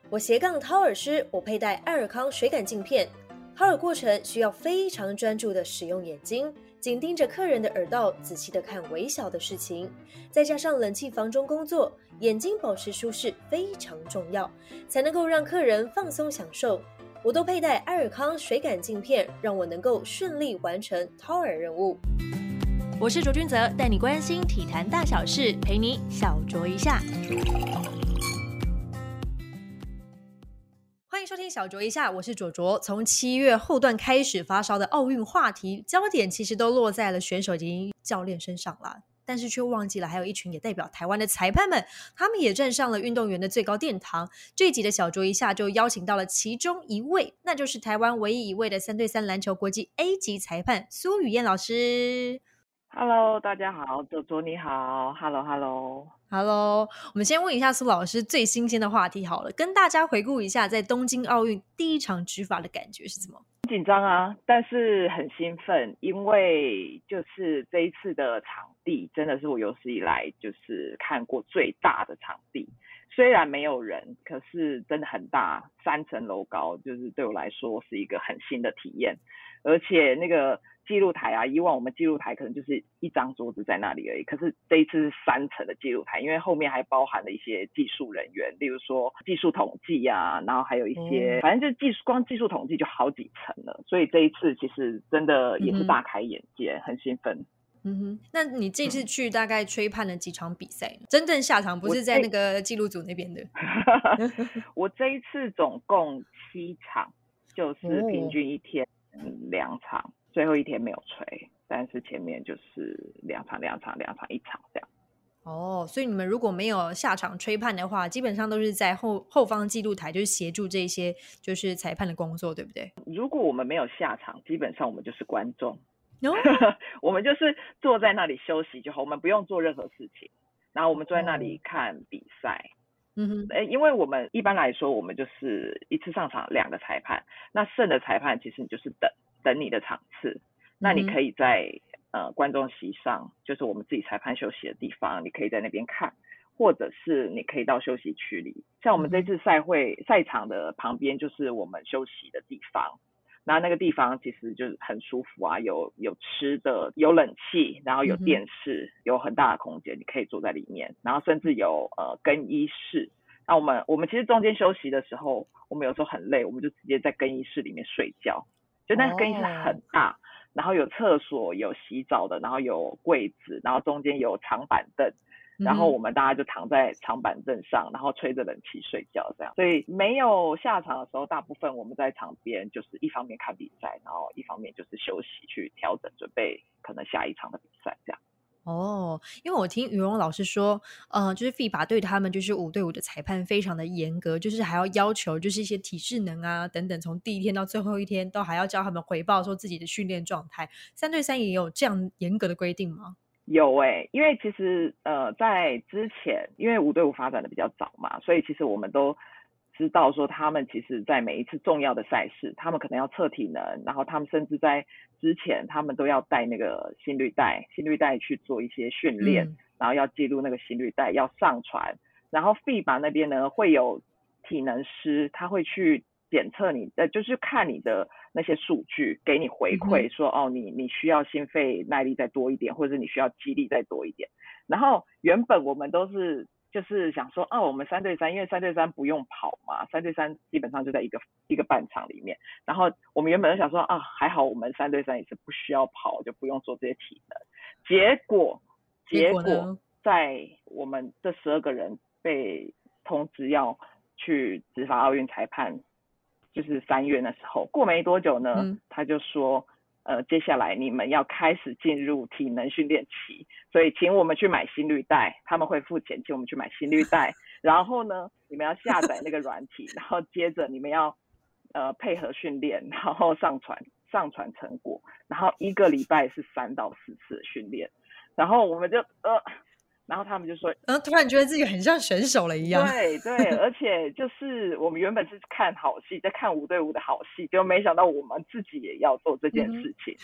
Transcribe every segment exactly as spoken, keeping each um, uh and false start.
我斜杠掏耳师，我佩戴爱尔康水感镜片。掏耳过程需要非常专注的使用眼睛，紧盯着客人的耳道，仔细的看微小的事情。再加上冷气房中工作，眼睛保持舒适非常重要，才能够让客人放松享受。我都佩戴爱尔康水感镜片，让我能够顺利完成掏耳任务。我是卓君泽，带你关心体坛大小事，陪你小酌一下。欢迎收听小酌一下，我是卓卓。从七月后段开始发烧的奥运话题，焦点其实都落在了选手以及教练身上了，但是却忘记了还有一群也代表台湾的裁判们，他们也站上了运动员的最高殿堂。这一集的小酌一下就邀请到了其中一位，那就是台湾唯一一位的三对三篮球国际 A 级裁判苏雨燕老师。 Hello， 大家好，卓卓你好 ，Hello Hello Hello， 我们先问一下苏老师最新鲜的话题好了，跟大家回顾一下在东京奥运第一场执法的感觉是什么？ 很紧张啊，但是很兴奋，因为就是这一次的场地真的是我有史以来就是看过最大的场地，虽然没有人，可是真的很大，三层楼高，就是对我来说是一个很新的体验，而且那个记录台啊，以往我们记录台可能就是一张桌子在那里而已，可是这一次是三层的记录台，因为后面还包含了一些技术人员，例如说技术统计啊，然后还有一些、嗯、反正就技术光技术统计就好几层了，所以这一次其实真的也是大开眼界、嗯、很兴奋。 嗯哼，那你这次去大概吹判了几场比赛呢？真正下场不是在那个记录组那边的。 我这一次总共七场，就是平均一天两场、哦，最后一天没有吹，但是前面就是两场两场两场一场这样。 哦，所以你们如果没有下场吹判的话，基本上都是在后后方记录台，就是协助这些就是裁判的工作，对不对？ 如果我们没有下场，基本上我们就是观众。哦、我们就是坐在那里休息就好，我们不用做任何事情，然后我们坐在那里看比赛。嗯哼，因为我们一般来说，我们就是一次上场两个裁判，那剩的裁判其实你就是等等你的场次，那你可以在呃观众席上，就是我们自己裁判休息的地方，你可以在那边看，或者是你可以到休息区里，像我们这次赛会赛场的旁边就是我们休息的地方。那那个地方其实就是很舒服啊，有有吃的，有冷气，然后有电视，嗯、有很大的空间，你可以坐在里面，然后甚至有呃更衣室。那我们我们其实中间休息的时候，我们有时候很累，我们就直接在更衣室里面睡觉。就那个更衣室很大，哦、然后有厕所，有洗澡的，然后有柜子，然后中间有长板凳。然后我们大家就躺在长板凳上，然后吹着冷气睡觉这样。所以没有下场的时候，大部分我们在场边就是一方面看比赛，然后一方面就是休息去调整，准备可能下一场的比赛这样。 哦，因为我听羽绒老师说，呃，就是 F I B A 对他们就是五对五的裁判非常的严格，就是还要要求就是一些体适能啊等等，从第一天到最后一天都还要叫他们回报说自己的训练状态。三对三也有这样严格的规定吗？ 有诶、欸，因为其实呃在之前，因为五对五发展的比较早嘛，所以其实我们都知道说他们其实在每一次重要的赛事，他们可能要测体能，然后他们甚至在之前他们都要带那个心率带，心率带去做一些训练、嗯，然后要记录那个心率带，要上传，然后 F I B A 那边呢会有体能师，他会去检测你呃，就是看你的那些数据，给你回馈说、嗯、哦，你你需要心肺耐力再多一点，或者你需要肌力再多一点。然后原本我们都是就是想说，哦，我们三对三，因为三对三不用跑嘛，三对三基本上就在一个一个半场里面。然后我们原本就想说，啊，还好我们三对三也是不需要跑，就不用做这些体能。结果结果在我们这十二个人被通知要去执法奥运裁判。就是三月那时候，过没多久呢、嗯、他就说呃，接下来你们要开始进入体能训练期，所以请我们去买心率带，他们会付钱请我们去买心率带，然后呢你们要下载那个软体，然后接着你们要呃配合训练，然后上传上传成果，然后一个礼拜是三到四次的训练，然后我们就呃然后他们就说， 然后突然觉得自己很像选手了一样。 对对，而且就是我们原本是看好戏，在看五对五的好戏，结果没想到我们自己也要做这件事情，嗯、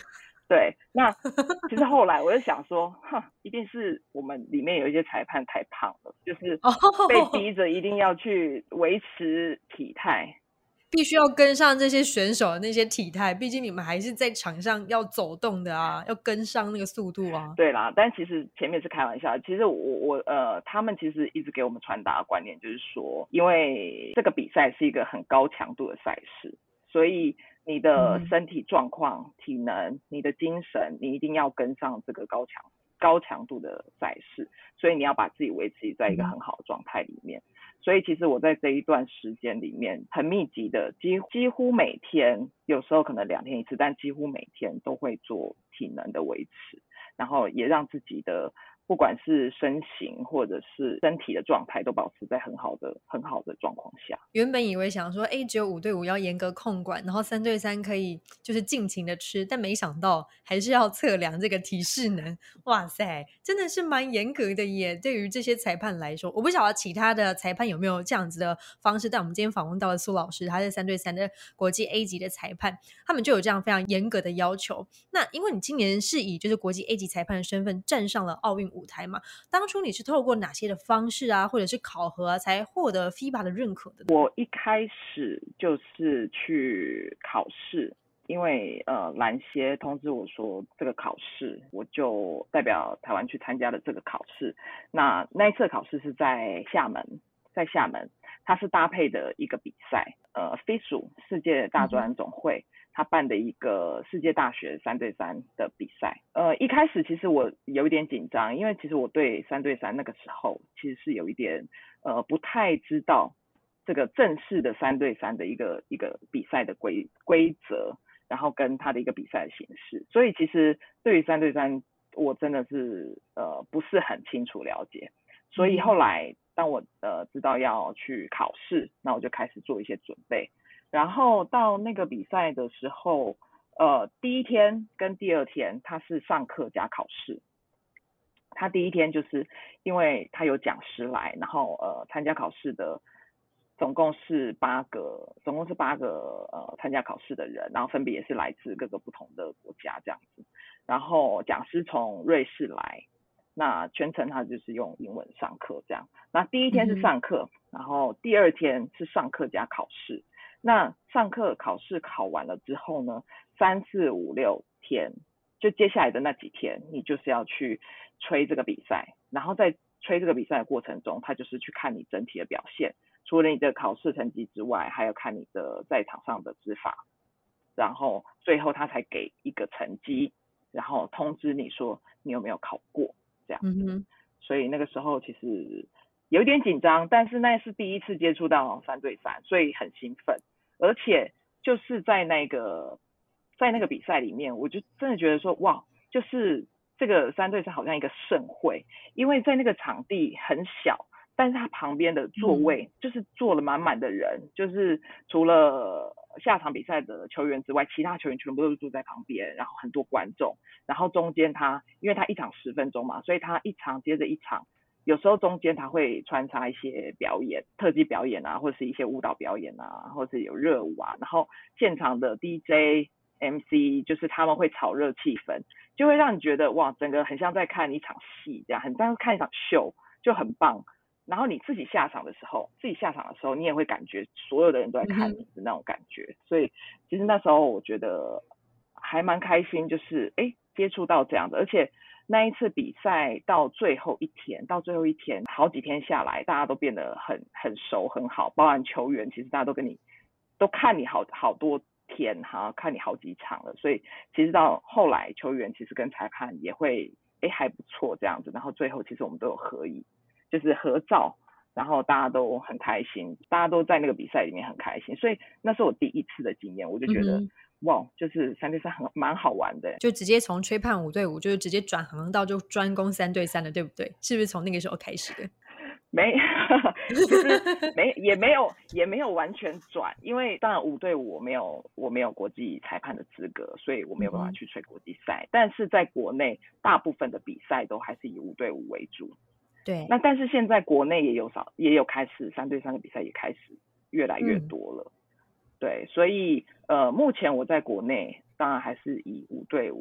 对，那其实后来我就想说，哼，一定是我们里面有一些裁判太胖了，就是被逼着一定要去维持体态。 必须要跟上这些选手的那些体态，毕竟你们还是在场上要走动的啊，要跟上那个速度啊。 对啦，但其实前面是开玩笑，其实我我呃，他们其实一直给我们传达的观念就是说，因为这个比赛是一个很高强度的赛事，所以你的身体状况、嗯、体能、你的精神，你一定要跟上这个高强高强度的赛事，所以你要把自己维持在一个很好的状态里面。嗯，所以其实我在这一段时间里面很密集的，几几乎每天，有时候可能两天一次，但几乎每天都会做体能的维持，然后也让自己的不管是身形或者是身体的状态都保持在很好的很好的状况下。 原本以为想说哎，只有五对五要严格控管，然后三对三可以就是尽情的吃，但没想到还是要测量这个体适能。哇塞，真的是蛮严格的耶，对于这些裁判来说。我不晓得其他的裁判有没有这样子的方式，但我们今天访问到了苏老师，他是三对三的国际 A 级的裁判，他们就有这样非常严格的要求。那因为你今年是以就是国际 A 级裁判的身份站上了奥运舞台嘛，当初你是透过哪些的方式啊，或者是考核啊，才获得 F I B A 的认可的呢？ 我一开始就是去考试，因为呃篮协通知我说这个考试，我就代表台湾去参加了这个考试。那那一次考试是在厦门，在厦门，它是搭配的一个比赛，呃 F I S U 世界大专总会。嗯，他办的一个世界大学三对三的比赛，呃，一开始其实我有一点紧张，因为其实我对三对三那个时候其实是有一点呃不太知道这个正式的三对三的一个一个比赛的规规则，然后跟他的一个比赛的形式，所以其实对于三对三我真的是呃不是很清楚了解，所以后来当我呃知道要去考试，那我就开始做一些准备。然后到那个比赛的时候，呃，第一天跟第二天他是上课加考试。他第一天就是因为他有讲师来，然后呃参加考试的总共是八个，总共是八个呃参加考试的人，然后分别也是来自各个不同的国家这样子。然后讲师从瑞士来，那全程他就是用英文上课这样。那第一天是上课，嗯，然后第二天是上课加考试。那上课考试考完了之后呢，三四五六天，就接下来的那几天，你就是要去吹这个比赛，然后在吹这个比赛的过程中，他就是去看你整体的表现，除了你的考试成绩之外，还有看你的在场上的执法，然后最后他才给一个成绩，然后通知你说你有没有考过这样。嗯，所以那个时候其实有一点紧张，但是那是第一次接触到三对三，所以很兴奋。而且就是在那个在那个比赛里面，我就真的觉得说，哇，就是这个三对三好像一个盛会，因为在那个场地很小，但是它旁边的座位就是坐了满满的人，嗯，就是除了下场比赛的球员之外，其他球员全部都是坐在旁边，然后很多观众，然后中间他因为他一场十分钟嘛，所以他一场接着一场。有时候中间他会穿插一些表演，特技表演啊，或者是一些舞蹈表演啊，或者是有热舞啊，然后现场的 D J、M C 就是他们会炒热气氛，就会让你觉得哇，整个很像在看一场戏这样，很像看一场秀，就很棒。然后你自己下场的时候，自己下场的时候，你也会感觉所有的人都在看你的那种感觉，嗯，所以其实那时候我觉得还蛮开心，就是哎接触到这样的，而且。那一次比赛到最后一天，到最后一天，好几天下来，大家都变得很很熟很好，包含球员，其实大家都跟你都看你好好多天哈，看你好几场了，所以其实到后来球员其实跟裁判也会哎还不错这样子，然后最后其实我们都有合影，就是合照，然后大家都很开心，大家都在那个比赛里面很开心，所以那是我第一次的经验，我就觉得。嗯，哇，就是三对三很蛮好玩的， 就直接从吹判五对五，就是直接转行到就专攻三对三的，对不对？是不是从那个时候开始的？ 没，其实没也没有也没有完全转，因为当然五对五我没有我没有国际裁判的资格，所以我没有办法去吹国际赛。嗯，但是在国内大部分的比赛都还是以五对五为主。 对， 那但是现在国内也有少也有开始三对三的比赛也开始越来越多了。嗯，对，所以呃，目前我在国内当然还是以五对五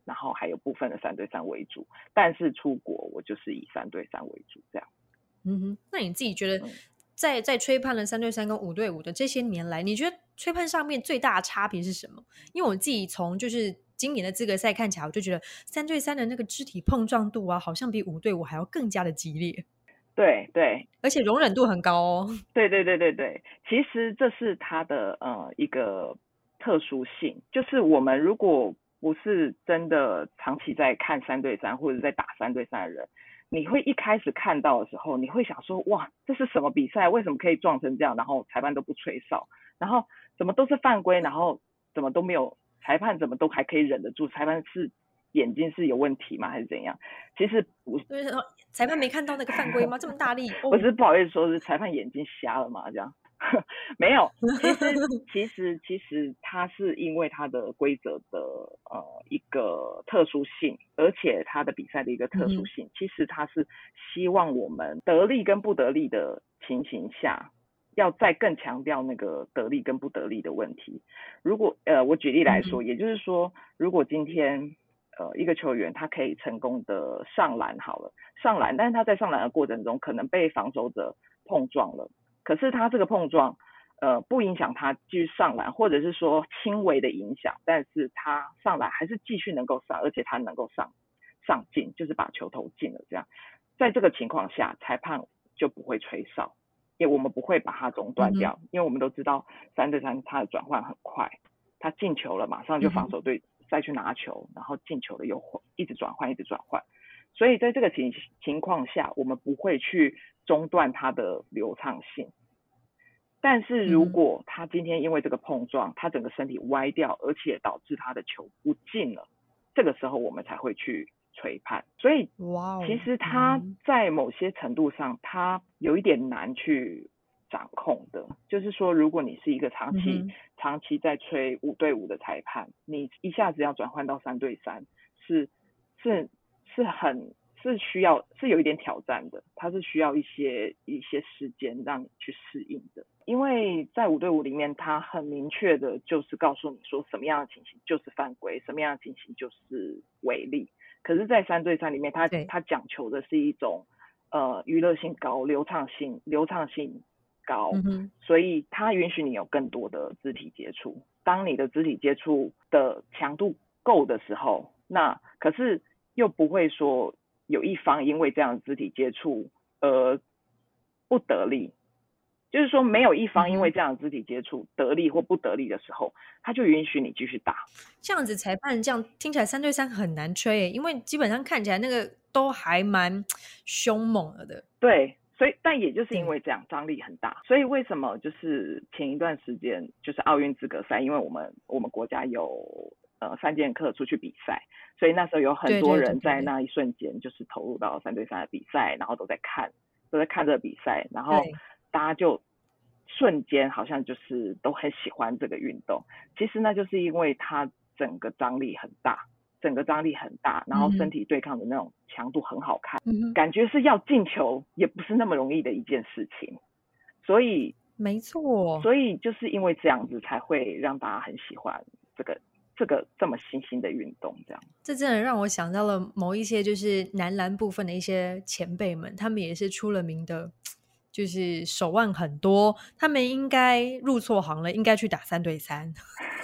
然后还有部分的三对三为主，但是出国我就是以三对三为主这样。 嗯哼，那你自己觉得在在吹判了三对三跟五对五的这些年来，你觉得吹判上面最大的差别是什么？因为我自己从就是今年的资格赛看起来，我就觉得三对三的那个肢体碰撞度啊，好像比五对五还要更加的激烈。 对对， 而且容忍度很高哦。 对对对对对，其实这是它的呃一个特殊性，就是我们如果不是真的长期在看三对三或者在打三对三的人，你会一开始看到的时候，你会想说，哇，这是什么比赛？为什么可以撞成这样？然后裁判都不吹哨，然后怎么都是犯规，然后怎么都没有，裁判怎么都还可以忍得住？裁判是眼睛是有问题吗？还是怎样？其实不是， 对，裁判没看到那个犯规吗？这么大力？哦、 不是，不好意思说，是裁判眼睛瞎了嘛？这样没有，其实其实其实它是因为它的规则的呃一个特殊性，而且它的比赛的一个特殊性，嗯、其实它是希望我们得力跟不得力的情形下，要再更强调那个得力跟不得力的问题。如果呃，我举例来说，嗯、也就是说，如果今天呃一个球员他可以成功的上篮好了，上篮，但是他在上篮的过程中可能被防守者碰撞了。可是他这个碰撞，呃，不影响他继续上篮，或者是说轻微的影响，但是他上篮还是继续能够上，而且他能够上上进，就是把球投进了这样。在这个情况下，裁判就不会吹哨，因为我们不会把它中断掉，嗯、因为我们都知道三对三它的转换很快，他进球了，马上就防守队再去拿球，然后进球了又一直转换，一直转换。所以在这个情情况下，我们不会去中断它的流畅性。但是如果他今天因为这个碰撞，他整个身体歪掉，而且导致他的球不进了，这个时候我们才会去吹判。所以，其实他在某些程度上，他有一点难去掌控的。就是说，如果你是一个长期、嗯、长期在吹五对五的裁判，你一下子要转换到三对三，是是。是很是需要是有一点挑战的，它是需要一些一些时间让你去适应的。因为在五对五里面，它很明确的就是告诉你说什么样的情形就是犯规，什么样的情形就是违例。可是，在三对三里面，它它讲求的是一种呃娱乐性高、流畅性流畅性高，嗯、所以它允许你有更多的肢体接触。当你的肢体接触的强度够的时候，那可是又不会说有一方因为这样的肢体接触而不得力，就是说没有一方因为这样的肢体接触得力或不得力的时候，他就允许你继续打。 这样子裁判这样听起来三对三很难吹耶，因为基本上看起来那个都还蛮凶猛了的。 对，所以但也就是因为这样张力很大，所以为什么就是前一段时间就是奥运资格赛，因为我们我们国家有呃三剑客出去比赛，所以那时候有很多人在那一瞬间就是投入到三对三的比赛，然后都在看都在看这个比赛，然后大家就瞬间好像就是都很喜欢这个运动。其实那就是因为它整个张力很大，整个张力很大，然后身体对抗的那种强度很好看，嗯、感觉是要进球也不是那么容易的一件事情。所以没错， 所以就是因为这样子才会让大家很喜欢这个这个这么新兴的运动。这样， 这真的让我想到了某一些就是男篮部分的一些前辈们，他们也是出了名的就是手腕很多，他们应该入错行了，应该去打三对三。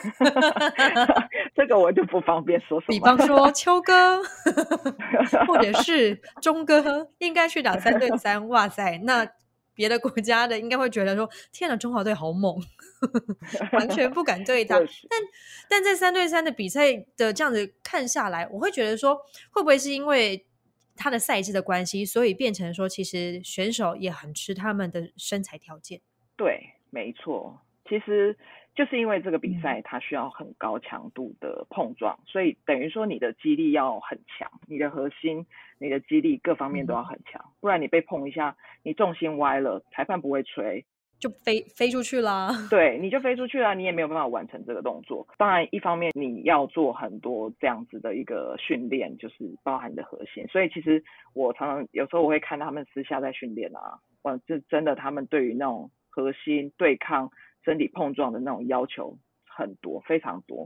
这个我就不方便说什么。 比方说秋哥或者是钟哥应该去打三对三。哇塞，那别的国家的应该会觉得说天哪，中华队好猛。完全不敢对他。但但在三对三的比赛的这样子看下来，我会觉得说会不会是因为他的赛制的关系，所以变成说其实选手也很吃他们的身材条件。 对，没错，其实就是因为这个比赛它需要很高强度的碰撞，嗯、所以等于说你的肌力要很强，你的核心你的肌力各方面都要很强，嗯、不然你被碰一下你重心歪了，裁判不会吹， 就飞飞出去啦。 对，你就飞出去了，你也没有办法完成这个动作。当然一方面你要做很多这样子的一个训练，就是包含你的核心，所以其实我常常有时候我会看他们私下在训练啊，哇，这真的他们对于那种核心对抗身体碰撞的那种要求很多，非常多。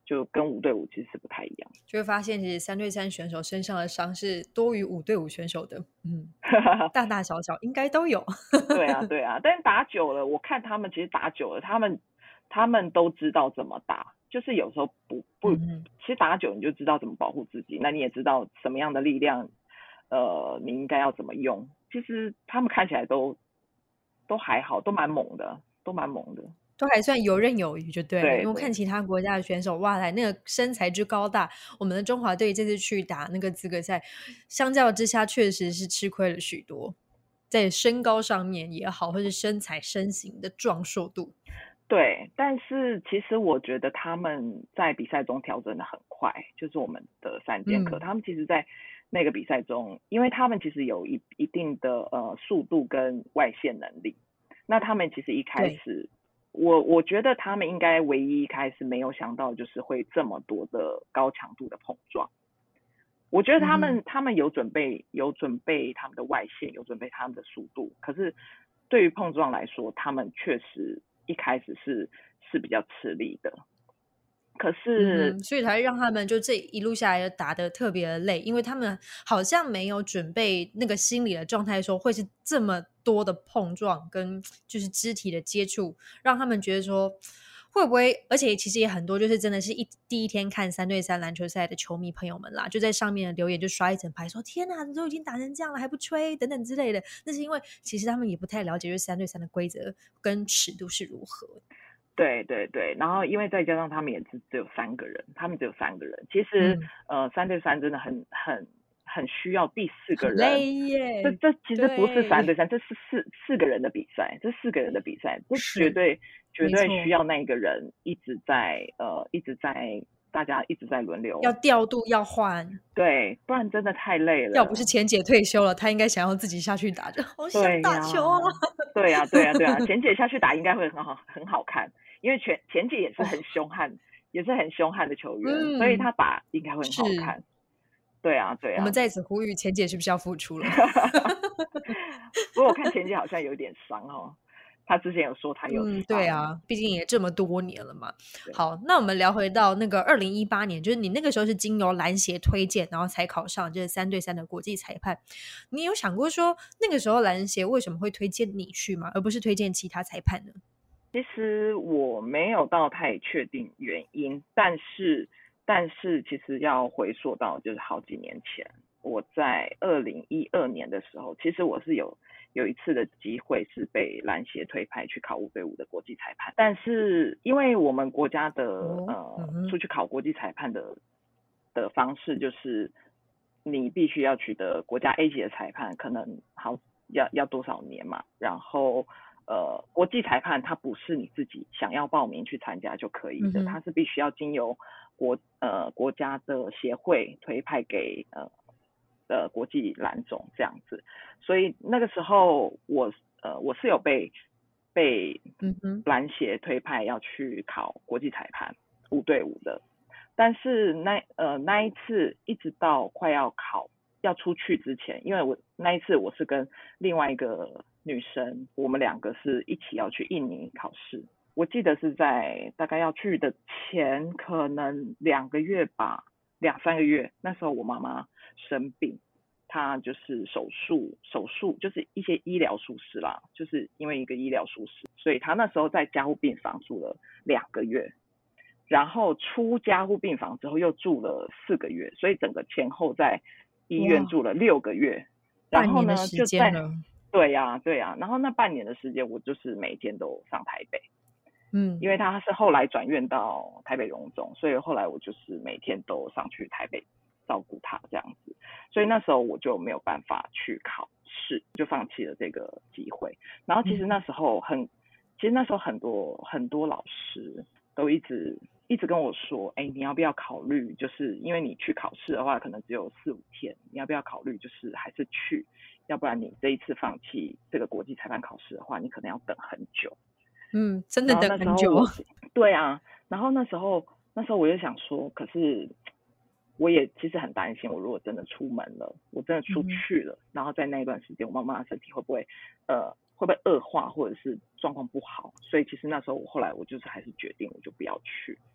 就跟五对五其实是不太一样， 就会发现其实三对三选手身上的伤是多于五对五选手的，嗯，大大小小应该都有。 对啊对啊，但是打久了，我看他们其实打久了，他们他们都知道怎么打，就是有时候不不， 嗯其实打久你就知道怎么保护自己，那你也知道什么样的力量，呃，你应该要怎么用。其实他们看起来都都还好，都蛮猛的，都蛮猛的。 都还算游刃有余就对了。 对因为我看其他国家的选手，哇来那个身材之高大，我们的中华队这次去打那个资格赛，相较之下确实是吃亏了许多，在身高上面也好，或是身材身形的壮硕度。 对，但是其实我觉得他们在比赛中调整的很快，就是我们的三剑客， 嗯他们其实在那个比赛中，因为他们其实有一一定的呃速度跟外线能力，那他们其实一开始，我我觉得他们应该唯一一开始没有想到就是会这么多的高强度的碰撞。我觉得他们、 嗯、 他们有准备有准备他们的外线，有准备他们的速度，可是对于碰撞来说，他们确实一开始是是比较吃力的。可是、 嗯、所以才让他们就这一路下来打得特别的累，因为他们好像没有准备那个心理的状态说会是这么多的碰撞跟就是肢体的接触，让他们觉得说会不会，而且其实也很多就是真的是一第一天看三对三篮球赛的球迷朋友们啦，就在上面的留言就刷一整排说天哪，都已经打成这样了还不吹等等之类的。那是因为其实他们也不太了解就是三对三的规则跟尺度是如何。 对对对，然后因为再加上他们也只只有三个人，他们只有三个人，其实、嗯、呃三对三真的很很很需要第四个人， 累耶， 这这其实不是三对三，这是四四个人的比赛，这四个人的比赛，这绝对绝对需要那个人一直在呃一直在大家一直在轮流， 要调度要换， 对，不然真的太累了。 要不是钱姐退休了，她应该想要自己下去打，就好想打球啊！ 对呀、啊，对呀、啊，对呀、啊，钱姐下去打应该会很好很好看，因为钱钱姐也是很凶悍，哦、也是很凶悍的球员，嗯、所以她打应该会很好看。对啊，对啊。 我们在此呼吁钱姐是不是要复出了？ 不过我看钱姐好像有点伤哦。他之前有说他有、 嗯、对啊，毕竟也这么多年了嘛。好，那我们聊回到那个二零一八年，就是你那个时候是经由篮协推荐，然后才考上就是三对三的国际裁判。你有想过说那个时候篮协为什么会推荐你去吗？而不是推荐其他裁判呢？ 其实我没有到太确定原因，但是但是其实要回溯到就是好几年前，我在二零一二年的时候，其实我是有有一次的机会是被篮协推派去考五对五的国际裁判，但是因为我们国家的、哦、呃、嗯、出去考国际裁判的的方式就是你必须要取得国家 A 级的裁判，可能好要要多少年嘛，然后呃国际裁判它不是你自己想要报名去参加就可以的，嗯、它是必须要经由国呃国家的协会推派给呃的国际篮总这样子，所以那个时候我呃我是有被被篮协推派要去考国际裁判五对五的，但是那呃那一次一直到快要考要出去之前，因为我那一次我是跟另外一个女生，我们两个是一起要去印尼考试。我记得是在大概要去的前可能两个月吧，两三个月，那时候我妈妈生病，她就是手术，手术就是一些医疗疏失啦，就是因为一个医疗疏失，所以她那时候在加护病房住了两个月，然后出加护病房之后又住了四个月，所以整个前后在医院住了六个月，然后呢就在对呀、啊、对呀、啊，然后那半年的时间我就是每天都上台北。嗯，因为他是后来转院到台北荣总，所以后来我就是每天都上去台北照顾他这样子，所以那时候我就没有办法去考试，就放弃了这个机会。然后其实那时候很，嗯、其实那时候很多很多老师都一直一直跟我说，哎，你要不要考虑？就是因为你去考试的话，可能只有四五天，你要不要考虑？就是还是去，要不然你这一次放弃这个国际裁判考试的话，你可能要等很久。 嗯，真的等很久。 对啊，然后那时候那时候我就想说，可是我也其实很担心，我如果真的出门了，我真的出去了，嗯、然后在那一段时间，我妈妈的身体会不会呃会不会恶化，或者是状况不好？所以其实那时候我后来我就是还是决定我就不要去。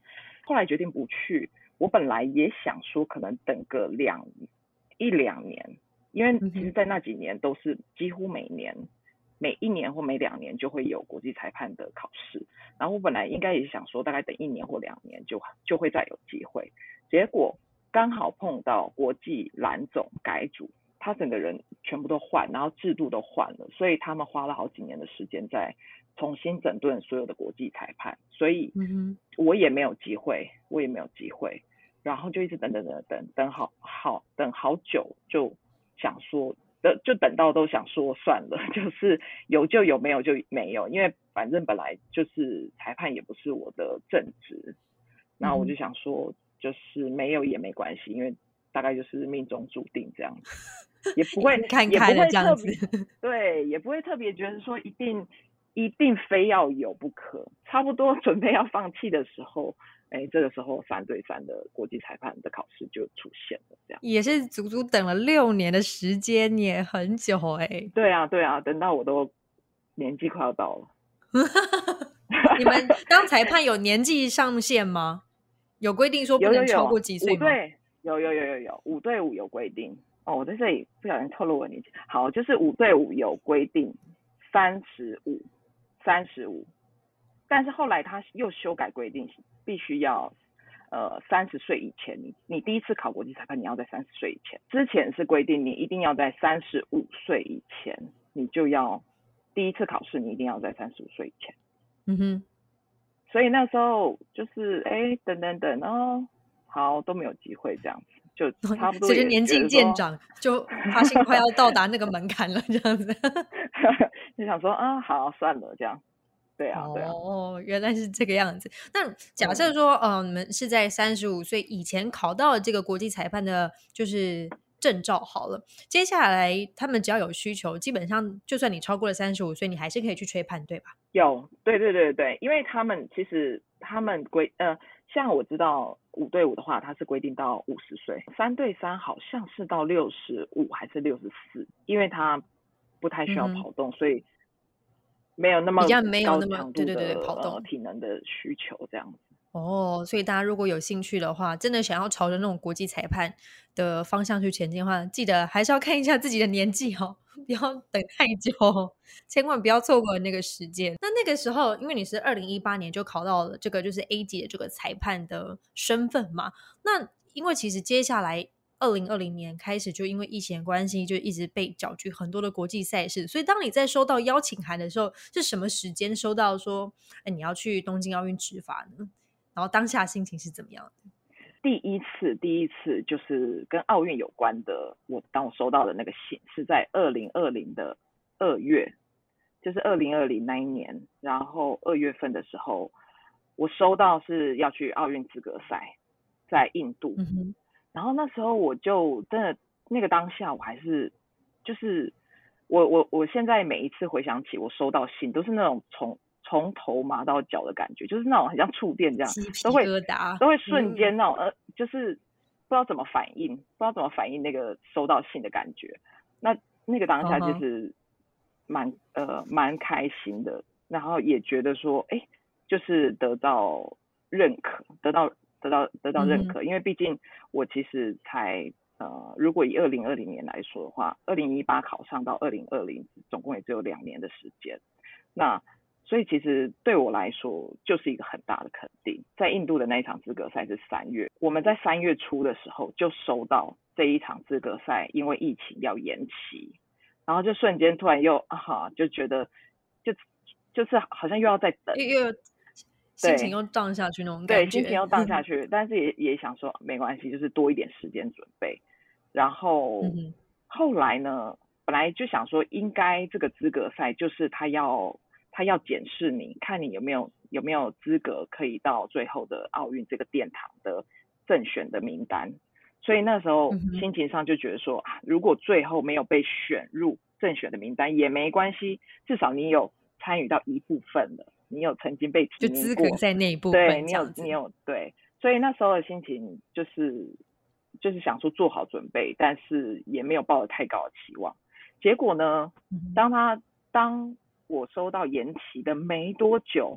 后来决定不去。我本来也想说可能等个两一两年，因为其实在那几年都是几乎每年每一年或每两年就会有国际裁判的考试，然后我本来应该也想说大概等一年或两年就就会再有机会，结果刚好碰到国际篮总改组，他整个人全部都换，然后制度都换了，所以他们花了好几年的时间在重新整顿所有的国际裁判，所以我也没有机会，我也没有机会，然后就一直等等等等等好好等好久，就想说就等到都想说算了，就是有就有，没有就没有，因为反正本来就是裁判也不是我的正职，然后我就想说就是没有也没关系，因为大概就是命中注定这样子，也不会看开了这样子， 也不会特别对，也不会特别觉得说一定一定非要有不可，差不多准备要放弃的时候，哎，这个时候三对三的国际裁判的考试就出现了，这样也是足足等了六年的时间，也很久哎、欸。 对啊，对啊，等到我都年纪快要到了。 你们当裁判有年纪上限吗？有规定说不能超过几岁吗？ 对，有有有有有，五对五有规定。哦，我在这里不小心透露我年纪。好，就是五对五有规定三十五，三十五，但是后来他又修改规定，必须要呃三十岁以前，你你第一次考国际裁判，你要在三十岁以前。之前是规定你一定要在三十五岁以前，你就要第一次考试，你一定要在三十五岁以前。 嗯哼。 所以那时候就是哎等等等哦，好都没有机会这样子，就差不多也随着年纪渐长，就发现快要到达那个门槛了，这样子。 就想说啊，好算了这样。对啊，对啊。 哦，原来是这个样子。那假设说，嗯、呃，你们是在三十五岁以前考到了这个国际裁判的，就是证照好了。接下来他们只要有需求，基本上就算你超过了三十五岁，你还是可以去吹判，对吧？ 有，对对对对，因为他们其实他们规呃，像我知道五对五的话，它是规定到五十岁，三对三好像是到六十五还是六十四，因为它不太需要跑动，嗯、所以没有那么比较没有那么高强度的对对对跑动、 呃、体能的需求这样子。 哦，所以大家如果有兴趣的话，真的想要朝着那种国际裁判的方向去前进的话，记得还是要看一下自己的年纪哦，不要等太久，千万不要错过那个时间。那那个时候，因为你是二零一八年就考到了这个就是 A 级的这个裁判的身份嘛，那因为其实接下来二零二零年开始就因为疫情的关系就一直被搅局很多的国际赛事，所以当你在收到邀请函的时候，是什么时间收到说哎，你要去东京奥运执法呢？然后当下心情是怎么样的？ 第一次第一次就是跟奥运有关的，我当我收到的那个信是在二零二零的二月，就是二零二零那一年，然后二月份的时候我收到是要去奥运资格赛在印度、嗯、然后那时候我就真的那个当下我还是就是我我我现在每一次回想起我收到信都是那种从从头麻到脚的感觉，就是那种很像触电这样，都会都会瞬间那种、嗯、呃，就是不知道怎么反应，不知道怎么反应那个收到信的感觉。那那个当下就是蛮、uh-huh. 呃蛮开心的，然后也觉得说，哎，就是得到认可，得到得到得到认可，嗯、因为毕竟我其实才呃，如果以二零二零年来说的话，二零一八考上到二零二零，总共也只有两年的时间，那。所以其实对我来说就是一个很大的肯定。在印度的那一场资格赛是三月，我们在三月初的时候就收到这一场资格赛因为疫情要延期，然后就瞬间突然又啊就觉得就就是好像又要再等， 又心情又荡下去那种感觉， 对，心情又荡下去，但是也也想说没关系，就是多一点时间准备。然后、嗯、后来呢，本来就想说应该这个资格赛就是他要。他要检视你，看你有没有有没有资格可以到最后的奥运这个殿堂的正选的名单，所以那时候心情上就觉得说、啊、如果最后没有被选入正选的名单也没关系，至少你有参与到一部分了，你有曾经被提名过， 就资格在那一部分， 对，你有你有对，所以那时候的心情就是就是想说做好准备，但是也没有抱着太高的期望。结果呢，当他当我收到延期的没多久，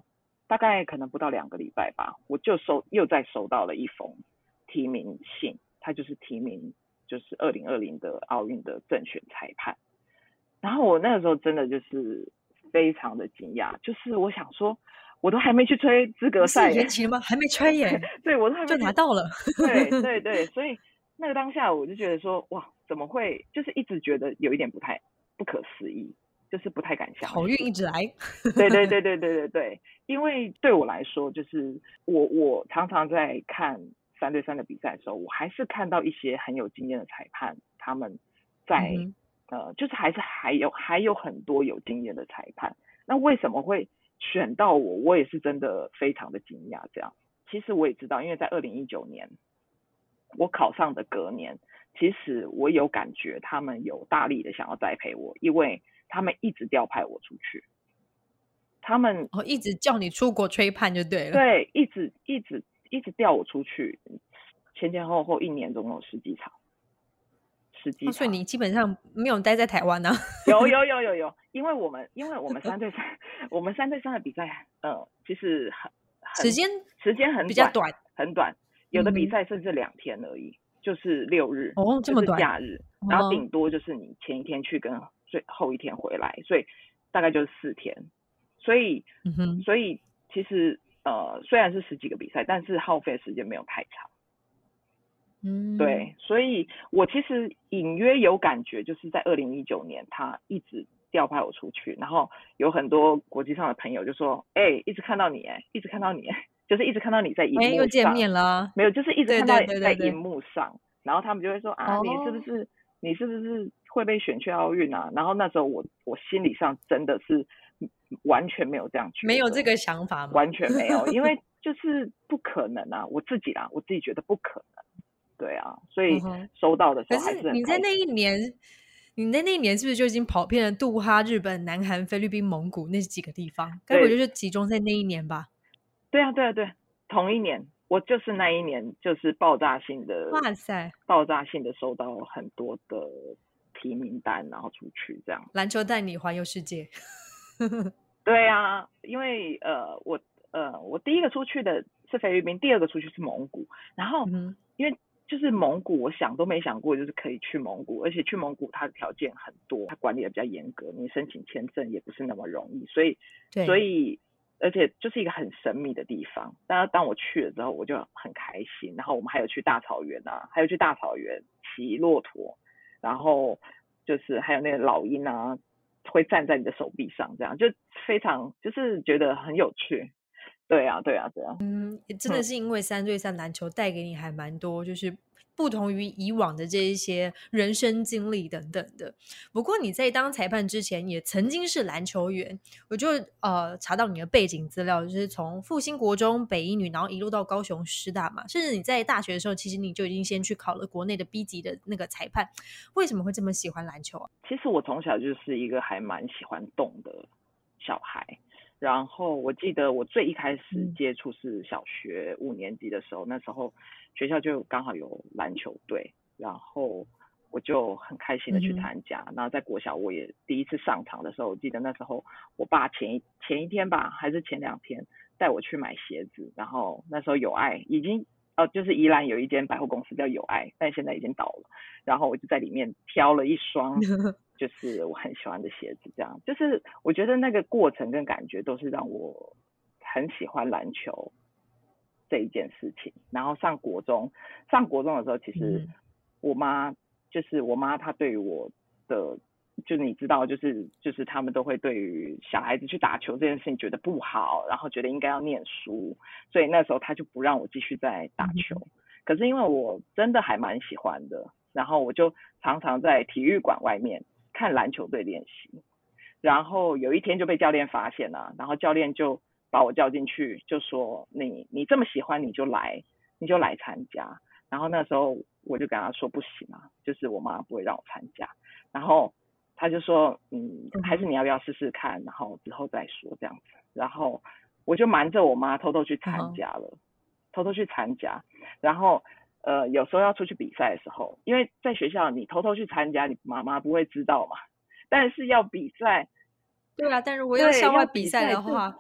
大概可能不到两个礼拜吧，我就收又再收到了一封提名信，他就是提名就是二零二零的奥运的正选裁判。然后我那个时候真的就是非常的惊讶，就是我想说我都还没去吹资格赛耶， 是延期了吗？还没吹耶对，我都还没就拿到了对对对，所以那个当下我就觉得说哇，怎么会，就是一直觉得有一点不太不可思议，就是不太敢相信， 好运一直来对对对对对对对，因为对我来说，就是我我常常在看三对三的比赛的时候，我还是看到一些很有经验的裁判，他们在、嗯、呃，就是还是还有还有很多有经验的裁判，那为什么会选到我？我也是真的非常的惊讶。这样，其实我也知道，因为在二零一九年我考上的隔年，其实我有感觉他们有大力的想要栽培我，因为他们一直调派我出去，他们哦一直叫你出国吹判就对了， 对，一直一直一直调我出去，前前后后一年总共有十几场，十几场、哦， 所以你基本上没有待在台湾呢、啊？ 有有有有有，因为我们因为我们三对三，我们三对三的比赛，呃，其实很很时间时间很比较短， 很短，有的比赛甚至两天而已，嗯、就是六日哦，这么短， 就是假日，然后顶多就是你前一天去跟最后一天回来，所以大概就是四天，所以、嗯、所以其实呃虽然是十几个比赛，但是耗费的时间没有太长。嗯，对，所以我其实隐约有感觉，就是在二零一九年，他一直调派我出去，然后有很多国际上的朋友就说：“哎、欸，一直看到你，哎，一直看到你，就是一直看到你在荧幕上， 哎，又见面了， 没有，就是一直看到你在荧幕上。”然后他们就会说：“啊，哦、你是不是你是不是会被选去奥运啊？”然后那时候我我心理上真的是完全没有这样觉得， 没有这个想法吗？ 完全没有，因为就是不可能啊，我自己啦，我自己觉得不可能。对啊，所以收到的时候还是很开心。 可是你在那一年，你在那一年是不是就已经跑遍了杜哈、日本、南韩、菲律宾、蒙古那几个地方？该不会就是集中在那一年吧？ 对啊，对啊，对，同一年，我就是那一年，就是爆炸性的， 哇塞， 爆炸性的收到很多的提名单，然后出去这样。 篮球带你环游世界。 对啊，因为呃，我呃，我第一个出去的是菲律宾，第二个出去是蒙古，然后、嗯、因为。就是蒙古，我想都没想过，就是可以去蒙古，而且去蒙古它的条件很多，它管理的比较严格，你申请签证也不是那么容易，所以，所以，而且就是一个很神秘的地方。但当我去了之后，我就很开心。然后我们还有去大草原啊，还有去大草原骑骆驼，然后就是还有那个老鹰啊，会站在你的手臂上，这样就非常就是觉得很有趣。对啊，对啊，对啊， 嗯，真的是因为三对三篮球带给你还蛮多，就是不同于以往的这一些人生经历等等的。不过你在当裁判之前也曾经是篮球员，我就呃查到你的背景资料，就是从复兴国中、北一女，然后一路到高雄师大嘛，甚至你在大学的时候，其实你就已经先去考了国内的 B 级的那个裁判。为什么会这么喜欢篮球啊？ 其实我从小就是一个还蛮喜欢动的小孩。然后我记得我最一开始接触是小学五年级的时候，嗯、那时候学校就刚好有篮球队，然后我就很开心的去参加。嗯、然后在国小我也第一次上场的时候，我记得那时候我爸前一前一天吧，还是前两天带我去买鞋子，然后那时候友爱已经呃就是宜兰有一间百货公司叫友爱，但现在已经倒了，然后我就在里面挑了一双。就是我很喜欢的鞋子，这样就是我觉得那个过程跟感觉都是让我很喜欢篮球这一件事情。然后上国中，上国中的时候，其实我妈、嗯、就是我妈，她对于我的，就是你知道，就是就是他们都会对于小孩子去打球这件事情觉得不好，然后觉得应该要念书，所以那时候她就不让我继续再打球。嗯、可是因为我真的还蛮喜欢的，然后我就常常在体育馆外面看篮球队练习，然后有一天就被教练发现了，然后教练就把我叫进去，就说你你这么喜欢你就来你就来参加。然后那时候我就跟他说不行啊，就是我妈不会让我参加，然后他就说嗯，还是你要不要试试看，然后之后再说这样子。然后我就瞒着我妈偷偷去参加了，偷偷去参加，然后呃，有时候要出去比赛的时候，因为在学校你偷偷去参加，你妈妈不会知道嘛。但是要比赛， 对啊，但如果要校外比赛的话，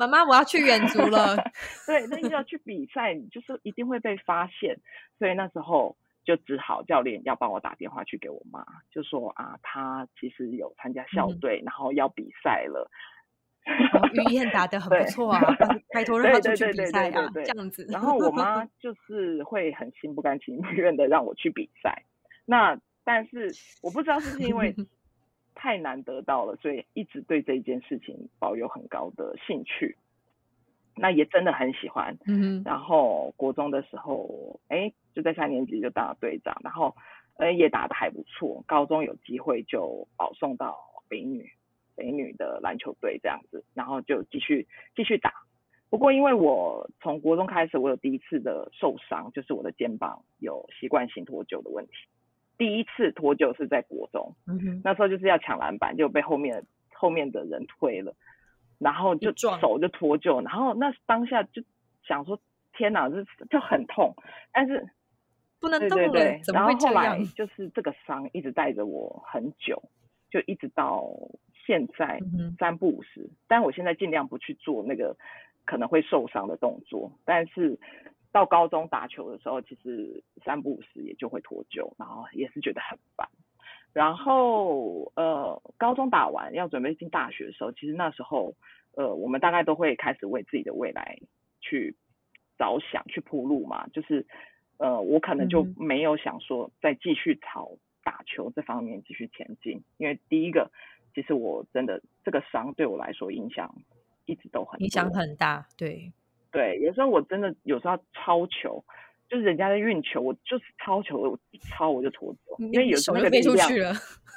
妈妈我要去远足了。 对，那要去比赛，你就是一定会被发现，所以那时候就只好教练要帮我打电话去给我妈，就说啊，他其实有参加校队，嗯、然后要比赛了。 哦，语言打得很不错啊，拜托让他出去比赛啊，这样子。 然后我妈就是会很心不甘情不愿的让我去比赛，那但是我不知道是不是因为太难得到了，所以一直对这件事情保有很高的兴趣。那也真的很喜欢，嗯、然后国中的时候，哎，就在三年级就当了队长，然后呃也打得还不错。高中有机会就保送到北女。北女的篮球队这样子，然后就继续继续打。不过因为我从国中开始，我有第一次的受伤，就是我的肩膀有习惯性脱臼的问题。第一次脱臼是在国中，嗯、那时候就是要抢篮板，就被后面后面的人推了，然后就手就脱臼，然后那当下就想说天哪，就就很痛，但是不能动了， 对对对， 怎么会这样？ 然后后来就是这个伤一直带着我很久，就一直到现在三不五时，嗯、但我现在尽量不去做那个可能会受伤的动作。但是到高中打球的时候，其实三不五时也就会脱臼，然后也是觉得很烦。然后呃，高中打完要准备进大学的时候，其实那时候呃，我们大概都会开始为自己的未来去着想、去铺路嘛。就是呃，我可能就没有想说再继续朝打球这方面继续前进，因为第一个。其实我真的这个伤对我来说影响一直都很影响很大，对对，有时候我真的有时候要抄球，就是人家在运球，我就是抄球，我一抄我就脱臼，因为有时候那个力量手就飞出去了。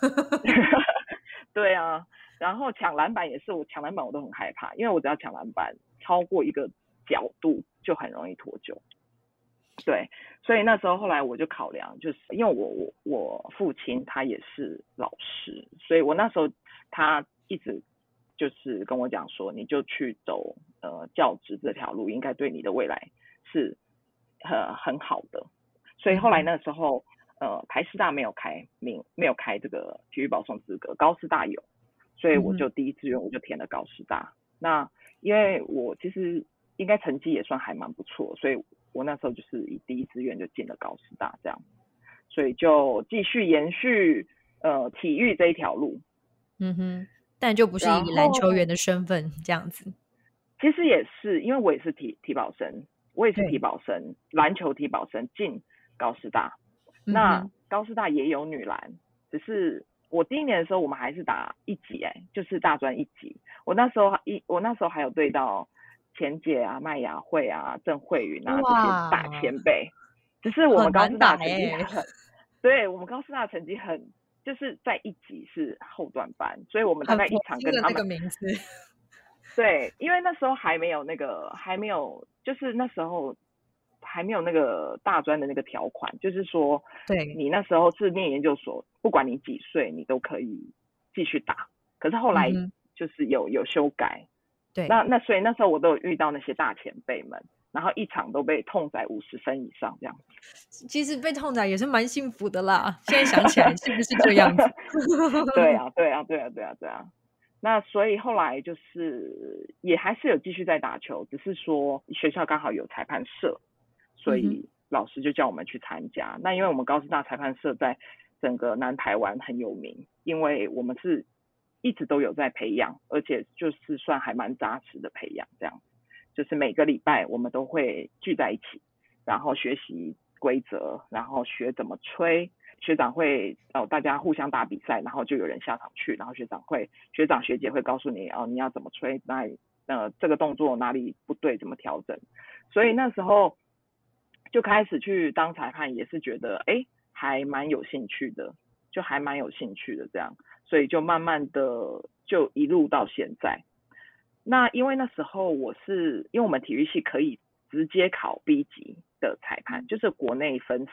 对啊，然后抢篮板也是，我抢篮板我都很害怕，因为我只要抢篮板超过一个角度就很容易脱臼。对，所以那时候后来我就考量，就是因为我我我父亲他也是老师，所以我那时候他一直就是跟我讲说，你就去走呃教职这条路，应该对你的未来是呃很好的。所以后来那时候呃台师大没有开名，没有开这个体育保送资格，高师大有，所以我就第一志愿我就填了高师大。那因为我其实应该成绩也算还蛮不错，所以我那时候就是以第一志愿就进了高师大这样，所以就继续延续呃体育这一条路。 嗯哼，但就不是以篮球员的身份这样子。 其实也是，因为我也是体体保生，我也是体保生，篮球体保生进高师大。嗯、那高师大也有女篮，只是我第一年的时候我们还是打一级哎、欸，就是大专一级。我那时候一我那时候还有对到钱姐啊、麦雅慧啊、郑慧云啊这些大前辈，只是我们高师大成绩很，很对我们高师大成绩很，就是在一级是后段班，所以我们大概一场跟他们。 那个名字对，因为那时候还没有那个，还没有，就是那时候还没有那个大专的那个条款，就是说， 对， 你那时候是念研究所，不管你几岁，你都可以继续打。可是后来就是有、嗯、有修改， 对， 那那所以那时候我都有遇到那些大前辈们，然后一场都被痛宰五十分以上这样子。 其实被痛宰也是蛮幸福的啦，现在想起来是不是这样子？ 对啊，对啊，对啊，对啊，对啊。那所以后来就是也还是有继续在打球，只是说学校刚好有裁判社，所以老师就叫我们去参加。嗯、那因为我们高师大裁判社在整个南台湾很有名，因为我们是一直都有在培养，而且就是算还蛮扎实的培养，这样就是每个礼拜我们都会聚在一起，然后学习规则，然后学怎么吹。学长会哦，大家互相打比赛，然后就有人下场去，然后学长会学长学姐会告诉你哦，你要怎么吹，那呃这个动作哪里不对，怎么调整。所以那时候就开始去当裁判，也是觉得哎还蛮有兴趣的，就还蛮有兴趣的这样，所以就慢慢的就一路到现在。那因为那时候我是因为我们体育系可以直接考 B 级的裁判，就是国内分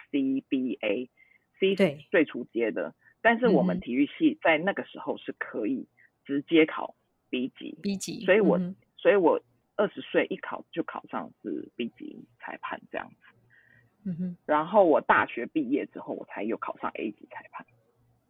C、B、A。C 是最初阶的，但是我们体育系在那个时候是可以直接考 B 级 ，B 级， 所以我、嗯、所以我二十岁一考就考上是 B 级裁判这样子，嗯哼，然后我大学毕业之后我才有考上 A 级裁判，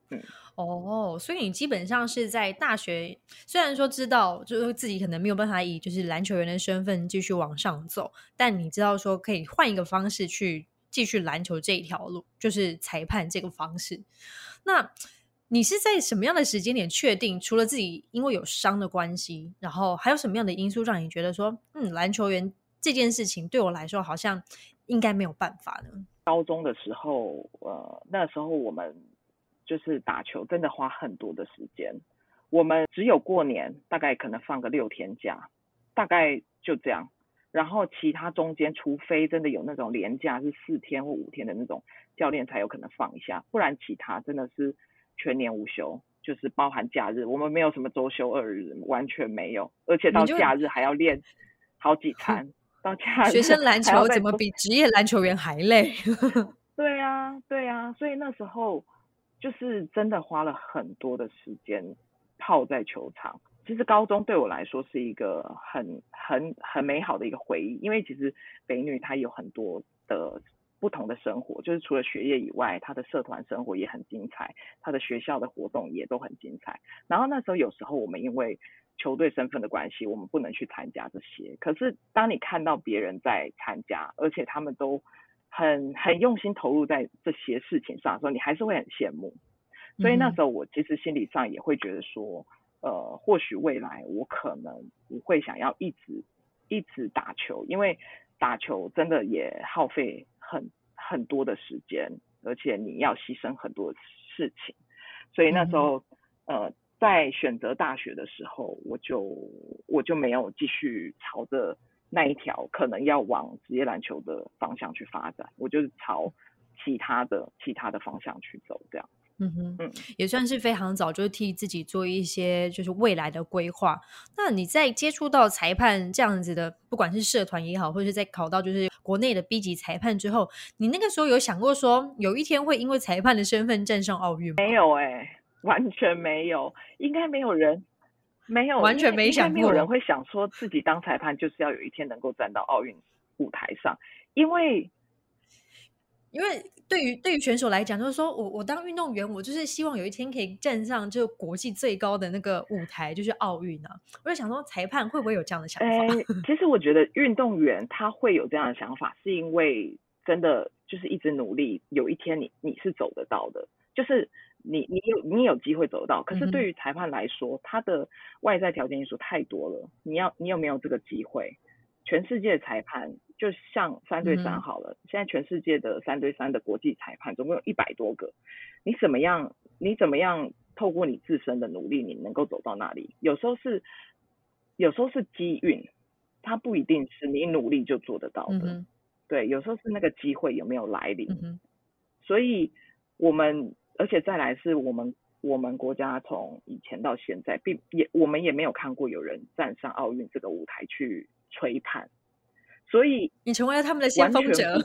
嗯， 哦，所以你基本上是在大学，虽然说知道就是自己可能没有办法以就是篮球员的身份继续往上走，但你知道说可以换一个方式去继续篮球这一条路，就是裁判这个方式。那你是在什么样的时间点确定，除了自己因为有伤的关系，然后还有什么样的因素让你觉得说，嗯，篮球员这件事情对我来说好像应该没有办法呢？ 高中的时候，呃，那时候我们就是打球，真的花很多的时间。我们只有过年大概可能放个六天假，大概就这样。然后其他中间，除非真的有那种连假是四天或五天的那种，教练才有可能放一下，不然其他真的是全年无休，就是包含假日，我们没有什么周休二日，完全没有，而且到假日还要练好几餐。到假日学生篮球怎么比职业篮球员还累？ 对啊，对啊，所以那时候就是真的花了很多的时间泡在球场。其实高中对我来说是一个很很很美好的一个回忆，因为其实北女它有很多的不同的生活，就是除了学业以外，它的社团生活也很精彩，它的学校的活动也都很精彩。然后那时候有时候我们因为球队身份的关系，我们不能去参加这些。可是当你看到别人在参加，而且他们都很很用心投入在这些事情上的时候，你还是会很羡慕。所以那时候我其实心理上也会觉得说，呃，或许未来我可能不会想要一直一直打球，因为打球真的也耗费很很多的时间，而且你要牺牲很多事情。所以那时候，呃，在选择大学的时候，我就我就没有继续朝着那一条可能要往职业篮球的方向去发展，我就是朝其他的其他的方向去走，这样。 嗯哼， 嗯， 也算是非常早就替自己做一些就是未来的规划。那你在接触到裁判这样子的，不管是社团也好，或者是在考到就是国内的 B 级裁判之后，你那个时候有想过说有一天会因为裁判的身份站上奥运吗？ 没有哎、欸，完全没有，应该没有人没有， 完全没想过， 应该没有人会想说自己当裁判就是要有一天能够站到奥运舞台上，因为因为对于对于选手来讲，就是说我我当运动员，我就是希望有一天可以站上就国际最高的那个舞台，就是奥运啊。我就想说，裁判会不会有这样的想法？ 呃，其实我觉得运动员他会有这样的想法，是因为真的就是一直努力，有一天你你是走得到的，就是你你有你有机会走得到。可是对于裁判来说，他的外在条件因素太多了，你要你有没有这个机会？全世界的裁判就像三对三好了，嗯、现在全世界的三对三的国际裁判总共有一百多个，你怎么样？你怎么样透过你自身的努力，你能够走到那里？有时候是，有时候是机运，它不一定是你努力就做得到的。嗯、对，有时候是那个机会有没有来临。嗯、所以我们，而且再来是我们。我们国家从以前到现在，并也我们也没有看过有人站上奥运这个舞台去吹判，所以你成为了他们的先锋者。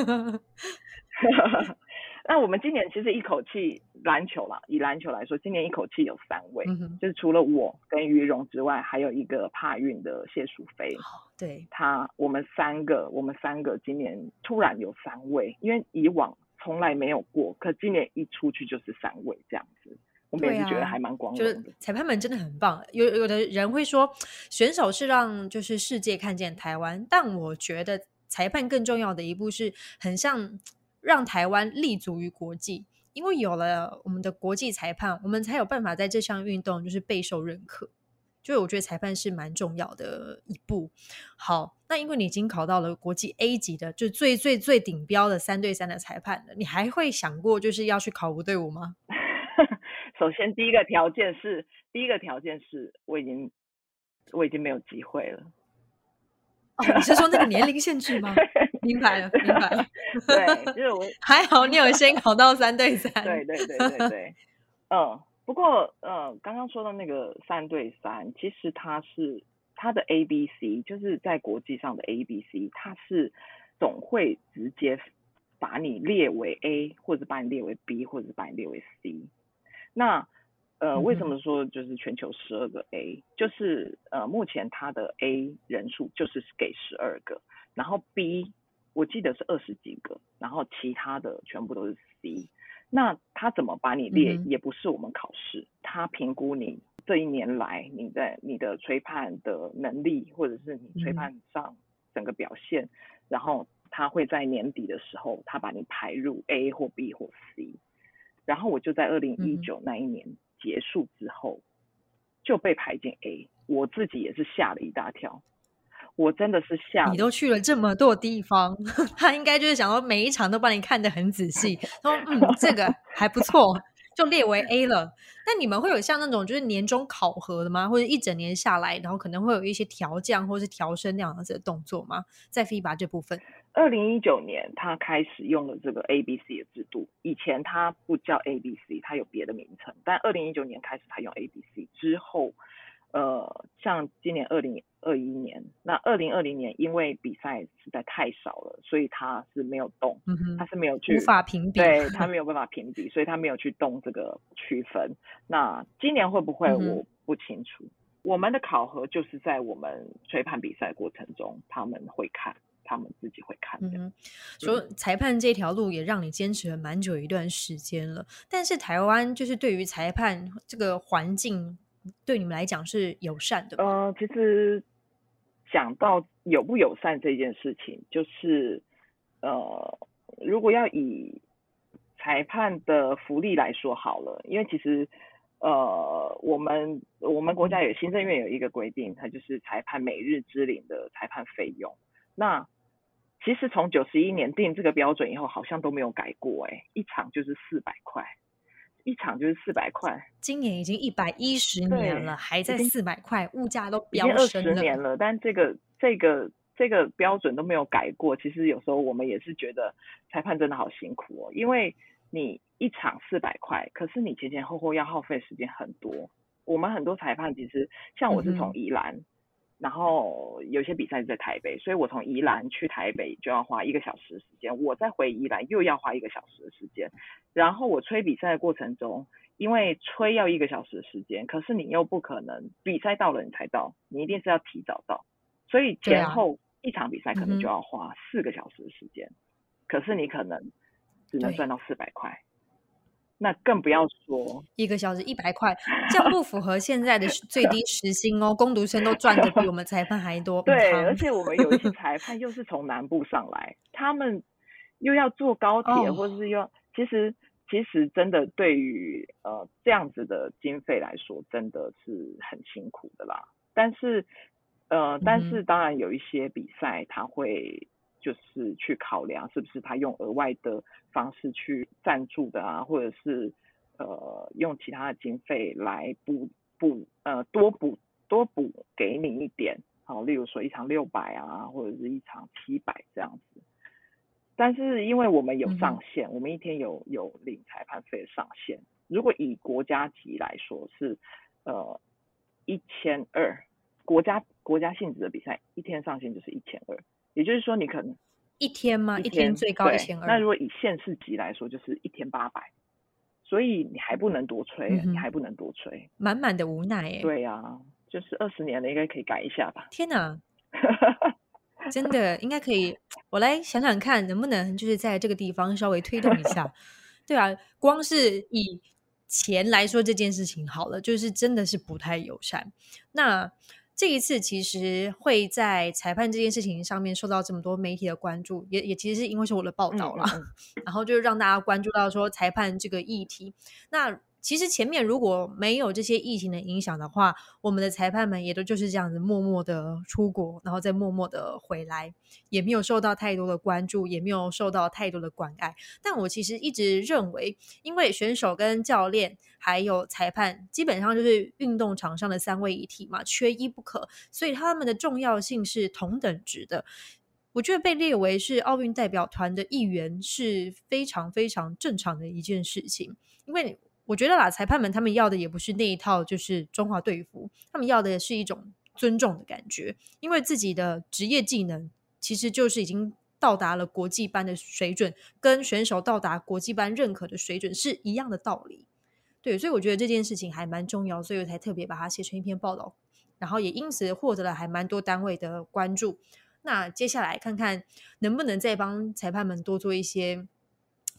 那我们今年其实一口气篮球啦，以篮球来说，今年一口气有三位，嗯、就是除了我跟于荣之外，还有一个帕运的谢淑菲。 哦、对， 他我们三个，我们三个今年突然有三位，因为以往从来没有过，可今年一出去就是三位这样子。我们也是觉得还蛮光荣的、啊、 就是裁判们真的很棒。有有的人会说选手是让就是世界看见台湾，但我觉得裁判更重要的一步是很像让台湾立足于国际，因为有了我们的国际裁判，我们才有办法在这项运动就是备受认可。所以我觉得裁判是蛮重要的一步。好，那因为你已经考到了国际 A 级的就最最最顶标的三对三的裁判了，你还会想过就是要去考五对五吗？ 首先第一个条件是第一个条件是我已经我已经没有机会了。 哦，你是说那个年龄限制吗？明白了明白了。 对，就是我还好你有先考到三对三。 对对对对对。嗯，不过呃刚刚说的那个三对三，其实它是它的 A B C， 就是在国际上的 A B C， 它是总会直接把你列为 A， 或者把你列为 B， 或者把你列为 C。那呃，为什么说就是全球十二个 A？ 就是呃，目前它的 A 人数就是给十二个，然后 B 我记得是二十几个，然后其他的全部都是 C。 那他怎么把你列， 嗯哼也不是我们考试，他评估你这一年来你在你的吹判的能力，或者是你吹嗯哼判上整个表现，然后他会在年底的时候，他把你排入 A 或 B 或 C。然后我就在二零一九那一年结束之后，就被排进 A， 我自己也是吓了一大跳。我真的是吓了， 你都去了这么多地方，他应该就是想说每一场都帮你看得很仔细，说嗯这个还不错，就列为 A 了。那你们会有像那种就是年终考核的吗？或者一整年下来，然后可能会有一些调降或是调升那样子的动作吗？在 F I B A 这部分， 二零一九年他开始用了这个 A B C 的制度，以前他不叫 A B C， 他有别的名称，但二零一九年开始他用 A B C 之后，呃，像今年二零二一年，那二零二零年因为比赛实在太少了，所以他是没有动， 嗯哼， 他是没有去无法评比， 对，他没有办法评比，所以他没有去动这个区分。那今年会不会，我不清楚。嗯、我们的考核就是在我们吹判比赛过程中，他们会看。他们自己会看的。 嗯，说裁判这条路也让你坚持了蛮久一段时间了，但是台湾就是对于裁判这个环境对你们来讲是友善的吗？ 呃，其实讲到友不友善这件事情，就是呃，如果要以裁判的福利来说好了，因为其实呃，我们我们国家有行政院有一个规定，它就是裁判每日支领的裁判费用。那其实从九十一年定这个标准以后，好像都没有改过，哎，一场就是四百块，一场就是四百块。 今年已经一百一十年了，还在四百块，物价都飙升了。 已经二十年了，但这个这个这个标准都没有改过。其实有时候我们也是觉得裁判真的好辛苦哦，因为你一场四百块，可是你前前后后要耗费时间很多。我们很多裁判其实像我是从宜兰。嗯然后有些比赛是在台北，所以我从宜兰去台北就要花一个小时的时间，我再回宜兰又要花一个小时的时间。然后我吹比赛的过程中，因为吹要一个小时的时间，可是你又不可能比赛到了你才到，你一定是要提早到，所以前后一场比赛可能就要花四个小时的时间，嗯、可是你可能只能赚到四百块。那更不要说一个小时一百块，这样不符合现在的最低时薪哦。工读生都赚的比我们裁判还多。 对，而且我们有一些裁判又是从南部上来，他们又要坐高铁，哦、或者是又其实其实真的对于呃这样子的经费来说，真的是很辛苦的啦。但是呃，但是当然有一些比赛他会。就是去考量是不是他用额外的方式去赞助的啊，或者是呃用其他的经费来补补呃多补多补给你一点，好，例如说一场六百啊，或者是一场七百这样子。但是因为我们有上限，嗯、我们一天有有领裁判费的上限。如果以国家级来说是呃一千二，国家国家性质的比赛一天上限就是一千二。也就是说，你可能一天吗？一天, 一天最高一千二。 那如果以县市级来说，就是一天八百，所以你还不能多吹，嗯、你还不能多吹， 满满的无奈耶。 对呀、啊，就是二十年了，应该可以改一下吧？ 天哪，真的应该可以。我来想想看，能不能就是在这个地方稍微推动一下？对啊，光是以钱来说这件事情好了，就是真的是不太友善。那。这一次其实会在裁判这件事情上面受到这么多媒体的关注，也也其实是因为是我的报道啦，嗯嗯然后就让大家关注到说裁判这个议题。那其实前面如果没有这些疫情的影响的话，我们的裁判们也都就是这样子默默的出国，然后再默默的回来，也没有受到太多的关注，也没有受到太多的关爱。但我其实一直认为，因为选手跟教练还有裁判基本上就是运动场上的三位一体嘛，缺一不可，所以他们的重要性是同等值的。我觉得被列为是奥运代表团的一员是非常非常正常的一件事情，因为我觉得啦，裁判们他们要的也不是那一套就是中华队服，他们要的是一种尊重的感觉，因为自己的职业技能其实就是已经到达了国际班的水准，跟选手到达国际班认可的水准是一样的道理。对，所以我觉得这件事情还蛮重要，所以我才特别把它写成一篇报道，然后也因此获得了还蛮多单位的关注。那接下来看看能不能再帮裁判们多做一些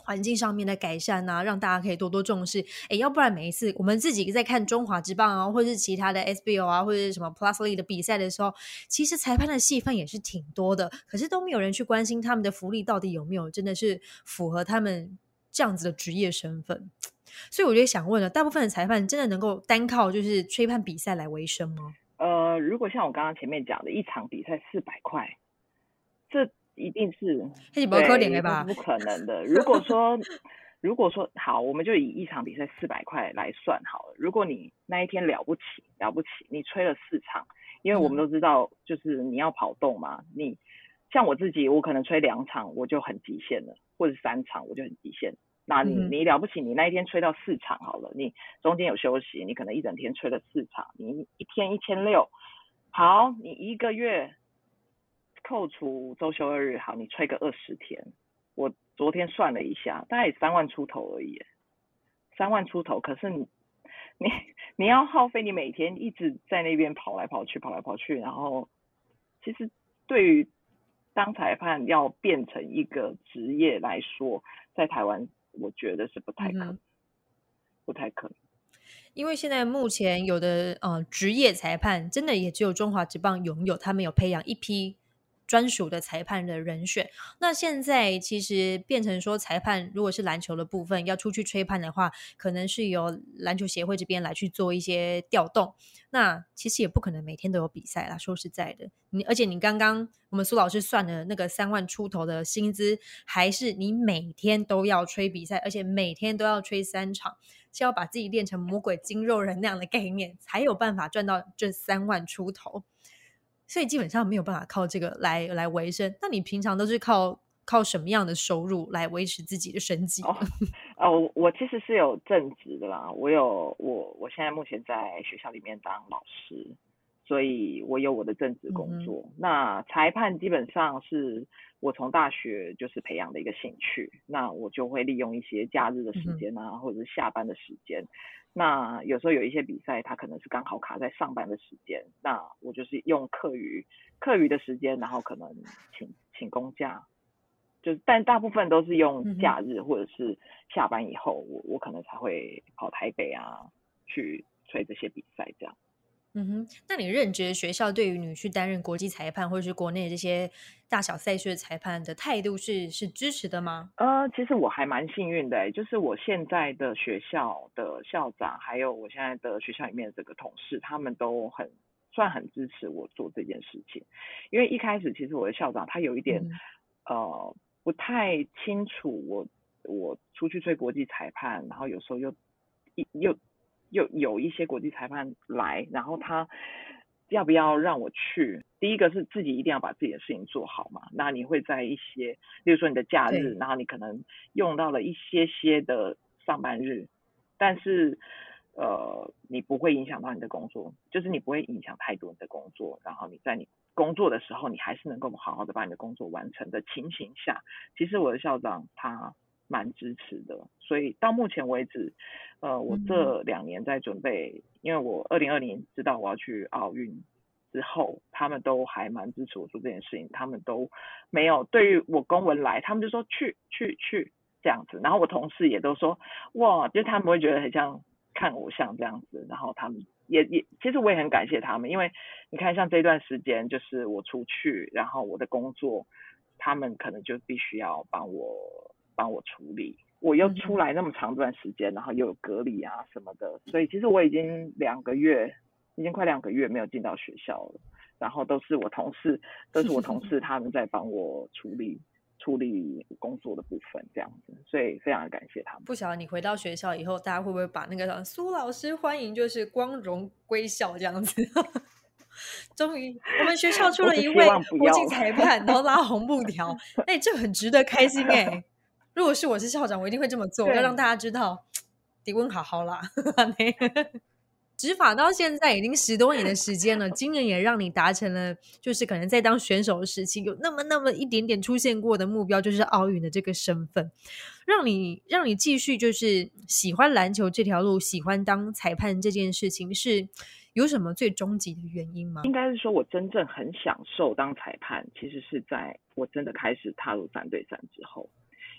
环境上面的改善啊，让大家可以多多重视。诶，要不然每一次我们自己在看中华职棒啊，或者是其他的 S B O 啊，或者是什么 Plus League 的比赛的时候，其实裁判的戏份也是挺多的，可是都没有人去关心他们的福利到底有没有真的是符合他们这样子的职业身份。所以我就想问了，大部分的裁判真的能够单靠就是吹判比赛来维生吗？ 呃，如果像我刚刚前面讲的，一场比赛四百块，这一定是那是不可能的对， 吧？ 那是不可能的。如果说如果说好，我们就以一场比赛四百块来算好了。如果你那一天了不起了不起，你吹了四场，因为我们都知道，就是你要跑动嘛。你像我自己，我可能吹两场我就很极限了，或者三场我就很极限。那你嗯你了不起，你那一天吹到四场好了，你中间有休息，你可能一整天吹了四场，你一天一千六，好，你一个月扣除周休二日，好，你吹个二十天，我昨天算了一下，大概也三万出头而已，三万出头，可是你你你要耗费你每天一直在那边跑来跑去，跑来跑去，然后其实对于当裁判要变成一个职业来说，在台湾我觉得是不太可能，嗯、不太可能。 因为现在目前有的呃职业裁判，真的也只有中华职棒拥有，他们有培养一批专属的裁判的人选。那现在其实变成说，裁判如果是篮球的部分要出去吹判的话，可能是由篮球协会这边来去做一些调动。那其实也不可能每天都有比赛啦，说实在的，你而且你刚刚我们苏老师算的那个三万出头的薪资，还是你每天都要吹比赛，而且每天都要吹三场，是要把自己练成魔鬼筋肉人那样的概念，才有办法赚到这三万出头。所以基本上没有办法靠这个来来维生。那你平常都是靠靠什么样的收入来维持自己的生计？ 哦，哦，我其实是有正职的啦，我有我我现在目前在学校里面当老师，所以我有我的正职工作。嗯、那裁判基本上是我从大学就是培养的一个兴趣，那我就会利用一些假日的时间啊，嗯、或者是下班的时间。那有时候有一些比赛，它可能是刚好卡在上班的时间，那我就是用课余课余的时间，然后可能请请公假，就但大部分都是用假日或者是下班以后，我我可能才会跑台北啊，去吹这些比赛这样。 嗯哼，那你任职的学校对于你去担任国际裁判或者是国内这些大小赛事的裁判的态度是是支持的吗？ 呃，其实我还蛮幸运的，就是我现在的学校的校长，还有我现在的学校里面的这个同事，他们都很算很支持我做这件事情。因为一开始其实我的校长他有一点、嗯、呃不太清楚我我出去吹国际裁判，然后有时候又又又有一些国际裁判来，然后他要不要让我去？第一个是自己一定要把自己的事情做好嘛。那你会在一些，例如说你的假日，然后你可能用到了一些些的上班日，但是呃，你不会影响到你的工作，就是你不会影响太多你的工作，然后你在你工作的时候，你还是能够好好的把你的工作完成的情形下，其实我的校长他蛮支持的，所以到目前为止，呃，我这两年在准备，因为我二零二零知道我要去奥运之后，他们都还蛮支持我做这件事情，他们都没有对于我公文来，他们就说去去去这样子，然后我同事也都说哇，就他们会觉得很像看偶像这样子，然后他们也也其实我也很感谢他们，因为你看像这段时间就是我出去，然后我的工作，他们可能就必须要帮我。帮我处理，我又出来那么长段时间，然后又有隔离啊什么的，所以其实我已经两个月，已经快两个月没有进到学校了，然后都是我同事，都是我同事他们在帮我处理处理工作的部分，这样子，所以非常的感谢他们。 不晓得你回到学校以后，大家会不会把那个苏老师欢迎就是光荣归校这样子？终于，我们学校出了一位国际裁判，然后拉红布条，哎，这很值得开心哎、欸。如果是我是校长，我一定会这么做，要让大家知道迪温好好啦。执法到现在已经十多年的时间了，今年也让你达成了，就是可能在当选手的时期有那么那么一点点出现过的目标，就是奥运的这个身份，让你让你继续就是喜欢篮球这条路，喜欢当裁判这件事情，是有什么最终极的原因吗？ 应该是说我真正很享受当裁判，其实是在我真的开始踏入三对三之后。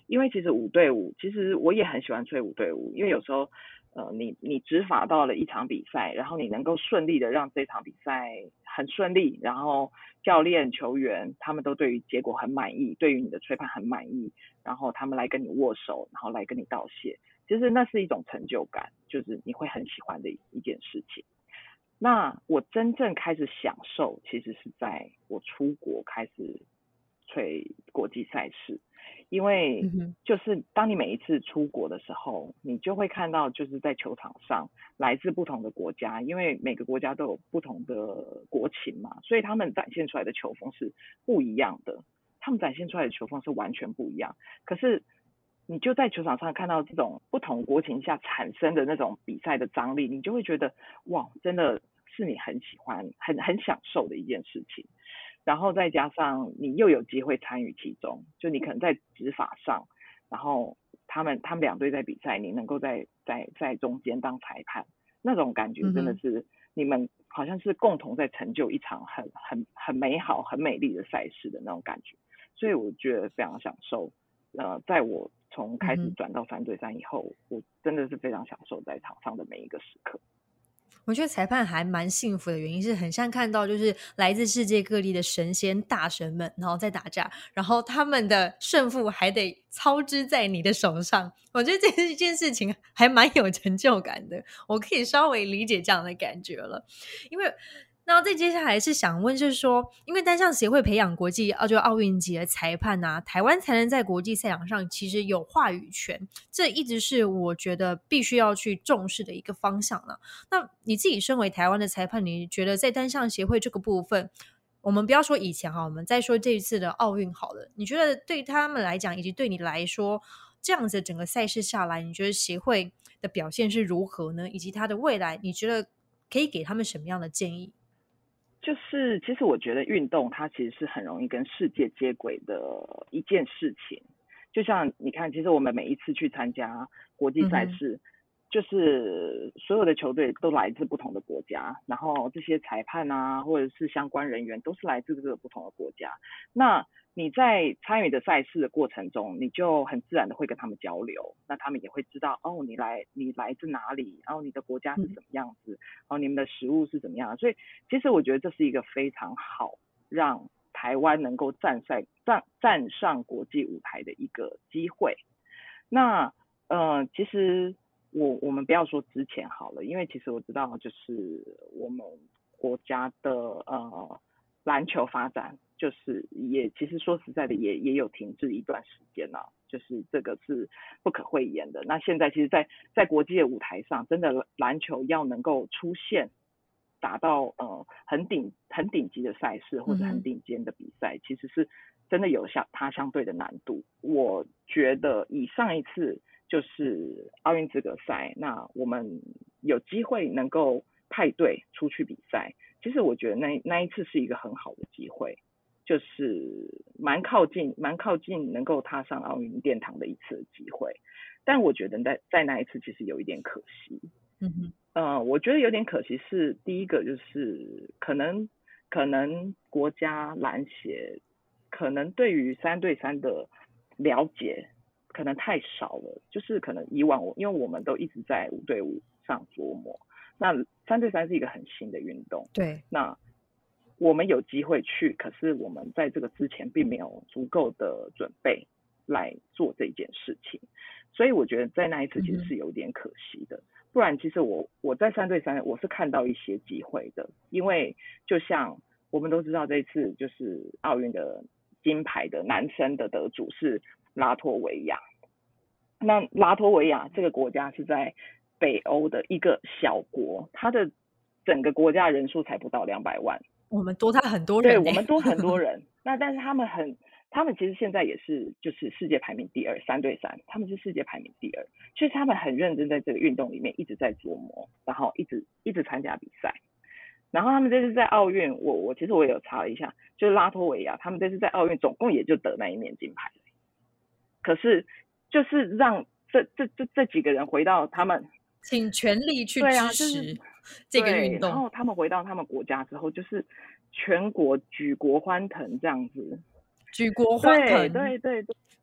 因为其实五对五，其实我也很喜欢吹五对五，因为有时候呃，你你执法到了一场比赛，然后你能够顺利的让这场比赛很顺利，然后教练、球员他们都对于结果很满意，对于你的吹判很满意，然后他们来跟你握手，然后来跟你道谢，其实那是一种成就感，就是你会很喜欢的一件事情。那我真正开始享受，其实是在我出国开始吹国际赛事，因为就是当你每一次出国的时候，你就会看到就是在球场上来自不同的国家，因为每个国家都有不同的国情嘛，所以他们展现出来的球风是不一样的，他们展现出来的球风是完全不一样。可是你就在球场上看到这种不同国情下产生的那种比赛的张力，你就会觉得哇，真的是你很喜欢很很享受的一件事情。然后再加上你又有机会参与其中，就你可能在执法上，然后他们他们两队在比赛，你能够在在在中间当裁判，那种感觉真的是、嗯、你们好像是共同在成就一场很很很美好很美丽的赛事的那种感觉，所以我觉得非常享受。呃，在我从开始转到三对三以后、嗯、我真的是非常享受在场上的每一个时刻。 我觉得裁判还蛮幸福的原因是很像看到就是来自世界各地的神仙大神们然后在打架，然后他们的胜负还得操之在你的手上，我觉得这件事情还蛮有成就感的，我可以稍微理解这样的感觉了。因为那再接下来是想问，就是说因为单项协会培养国际就奥运级的裁判啊，台湾才能在国际赛场上其实有话语权，这一直是我觉得必须要去重视的一个方向了。那你自己身为台湾的裁判，你觉得在单项协会这个部分，我们不要说以前哈，我们再说这一次的奥运好了，你觉得对他们来讲以及对你来说，这样子整个赛事下来，你觉得协会的表现是如何呢？以及他的未来你觉得可以给他们什么样的建议？ 就是其实我觉得运动它其实是很容易跟世界接轨的一件事情，就像你看其实我们每一次去参加国际赛事、嗯、就是所有的球队都来自不同的国家，然后这些裁判啊或者是相关人员都是来自这个不同的国家，那你在参与的赛事的过程中，你就很自然的会跟他们交流，那他们也会知道哦，你来你来自哪里，然后你的国家是怎么样子，然后你们的食物是怎么样的，所以其实我觉得这是一个非常好让台湾能够站赛站站上国际舞台的一个机会。那呃，其实我我们不要说之前好了，因为其实我知道就是我们国家的呃篮球发展就是也其实说实在的也也有停滞一段时间了、啊，就是这个是不可讳言的。那现在其实在在国际的舞台上，真的篮球要能够出现打到呃很顶很顶级的赛事或者很顶尖的比赛、嗯、其实是真的有相它相对的难度。我觉得以上一次就是奥运资格赛，那我们有机会能够派队出去比赛，其实我觉得那那一次是一个很好的机会，就是蛮靠近蛮靠近能够踏上奥运殿堂的一次的机会。但我觉得在在那一次其实有一点可惜。 嗯哼， 呃，我觉得有点可惜是第一个就是可能可能国家篮协可能对于三对三的了解可能太少了，就是可能以往我因为我们都一直在五对五上琢磨，那三对三是一个很新的运动， 对， 那我们有机会去，可是我们在这个之前并没有足够的准备来做这件事情，所以我觉得在那一次其实是有点可惜的、嗯、不然其实我我在三对三我是看到一些机会的，因为就像我们都知道这一次就是奥运的金牌的男生的得主是拉脱维亚，那拉脱维亚这个国家是在北欧的一个小国，它的整个国家人数才不到两百万， 我们多他很多人、欸、 对，我们多很多人那但是他们很他们其实现在也是就是世界排名第二，三对三他们是世界排名第二，所以他们很认真在这个运动里面一直在琢磨，然后一直一直参加比赛，然后他们这次在奥运我我其实我也有查了一下，就是拉脱维亚他们这次在奥运总共也就得那一面金牌，可是就是让这这这这几个人回到他们请全力去支持、啊就是、这个运动， 然后他们回到他们国家之后就是全国举国欢腾这样子， 举国欢腾， 对对对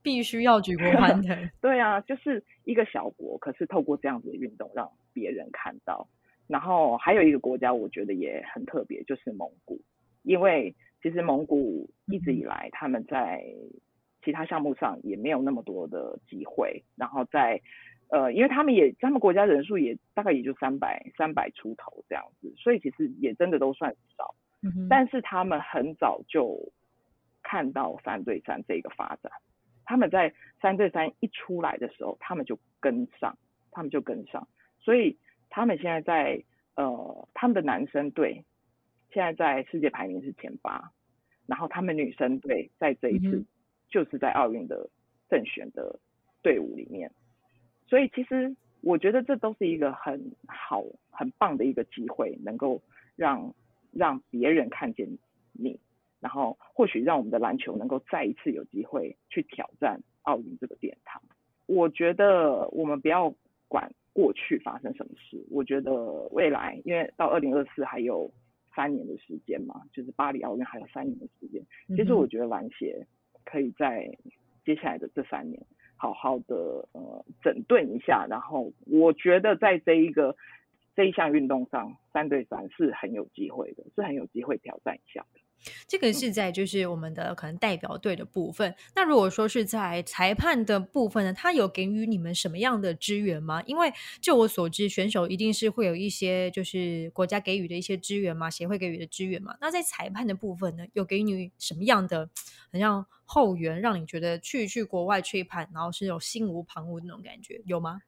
必须要举国欢腾。 对啊，就是一个小国，可是透过这样子的运动让别人看到。然后还有一个国家我觉得也很特别，就是蒙古。因为其实蒙古一直以来他们在其他项目上也没有那么多的机会，然后在呃，因为他们也他们国家人数也大概也就三百三百出头这样子，所以其实也真的都算少。 嗯、 但是他们很早就看到三对三这个发展，他们在三对三一出来的时候，他们就跟上，他们就跟上，所以他们现在在呃，他们的男生队现在在世界排名是前八，然后他们女生队在这一次就是在奥运的正选的队伍里面，所以其实我觉得这都是一个很好很棒的一个机会，能够让让别人看见你，然后或许让我们的篮球能够再一次有机会去挑战奥运这个殿堂。我觉得我们不要管过去发生什么事，我觉得未来，因为到二零二四还有三年的时间嘛，就是巴黎奥运还有三年的时间，其实我觉得篮协可以在接下来的这三年好好的呃整顿一下，然后我觉得在这一个这一项运动上，三对三是很有机会的，是很有机会挑战一下的。 这个是在就是我们的可能代表队的部分、嗯、那如果说是在裁判的部分呢，他有给予你们什么样的支援吗？因为就我所知，选手一定是会有一些就是国家给予的一些支援嘛，协会给予的支援嘛，那在裁判的部分呢，有给你什么样的很像后援，让你觉得去去国外吹判然后是有心无旁骛的那种感觉，有吗？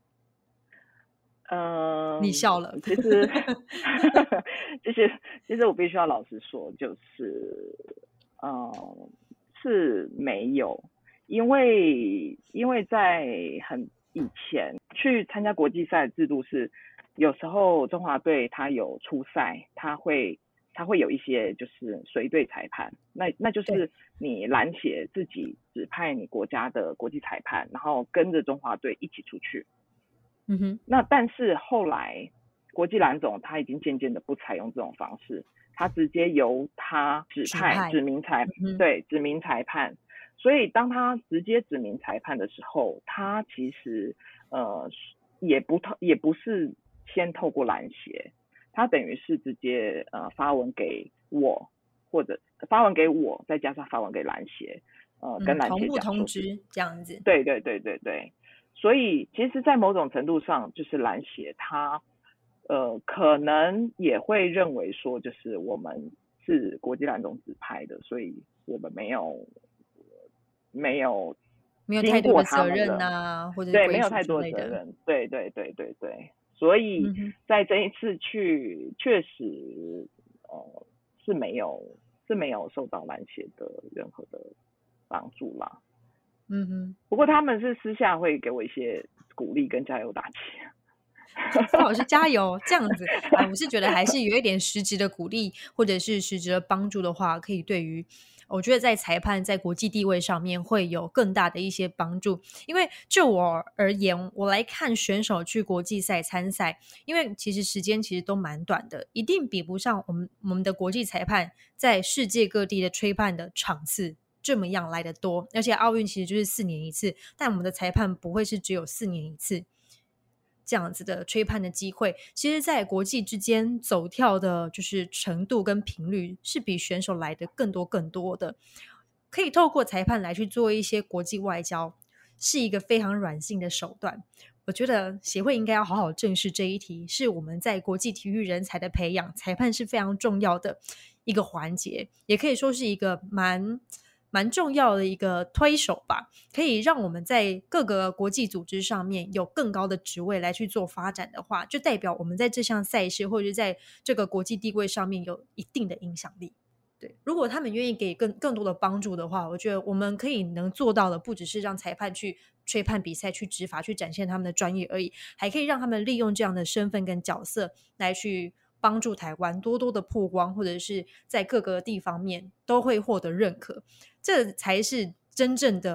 嗯， 你笑了。 其实其实其实我必须要老实说，就是嗯是没有，因为因为在很以前去参加国际赛的制度是，有时候中华队他有出赛，他会他会有一些就是随队裁判，那那就是你篮协自己指派你国家的国际裁判，然后跟着中华队一起出去。 嗯哼， 那但是后来国际篮总他已经渐渐的不采用这种方式，他直接由他指派指名裁、嗯、对指名裁判，所以当他直接指名裁判的时候，他其实呃也不透也不是先透过篮协，他等于是直接呃发文给我，或者发文给我再加上发文给篮协，呃跟篮协讲说、嗯、同步通知这样子。 对对对对对。所以其实在某种程度上，就是篮协他呃可能也会认为说，就是我们是国际篮总指派的，所以我们没有没有没有太多的责任啊，或者对没有太多的责任，对对对对对。所以在这一次去，确实呃是没有是没有受到篮协的任何的帮助啦。 嗯哼， 不过他们是私下会给我一些鼓励跟加油打气。 范老师加油，这样子啊，我是觉得还是有一点实质的鼓励或者是实质的帮助的话，可以对于我觉得在裁判在国际地位上面会有更大的一些帮助。因为就我而言，我来看选手去国际赛参赛，因为其实时间其实都蛮短的，一定比不上我们我们的国际裁判在世界各地的吹判的场次这么样来得多，而且奥运其实就是四年一次，但我们的裁判不会是只有四年一次这样子的吹判的机会，其实在国际之间走跳的就是程度跟频率是比选手来的更多更多的，可以透过裁判来去做一些国际外交，是一个非常软性的手段。我觉得协会应该要好好正视这一题，是我们在国际体育人才的培养，裁判是非常重要的一个环节，也可以说是一个蛮蛮重要的一个推手吧，可以让我们在各个国际组织上面有更高的职位来去做发展的话，就代表我们在这项赛事或者是在这个国际地位上面有一定的影响力。对，如果他们愿意给更更多的帮助的话，我觉得我们可以能做到的不只是让裁判去吹判比赛去执法去展现他们的专业而已，还可以让他们利用这样的身份跟角色来去帮助台湾多多的曝光，或者是在各个地方面都会获得认可，这才是真正的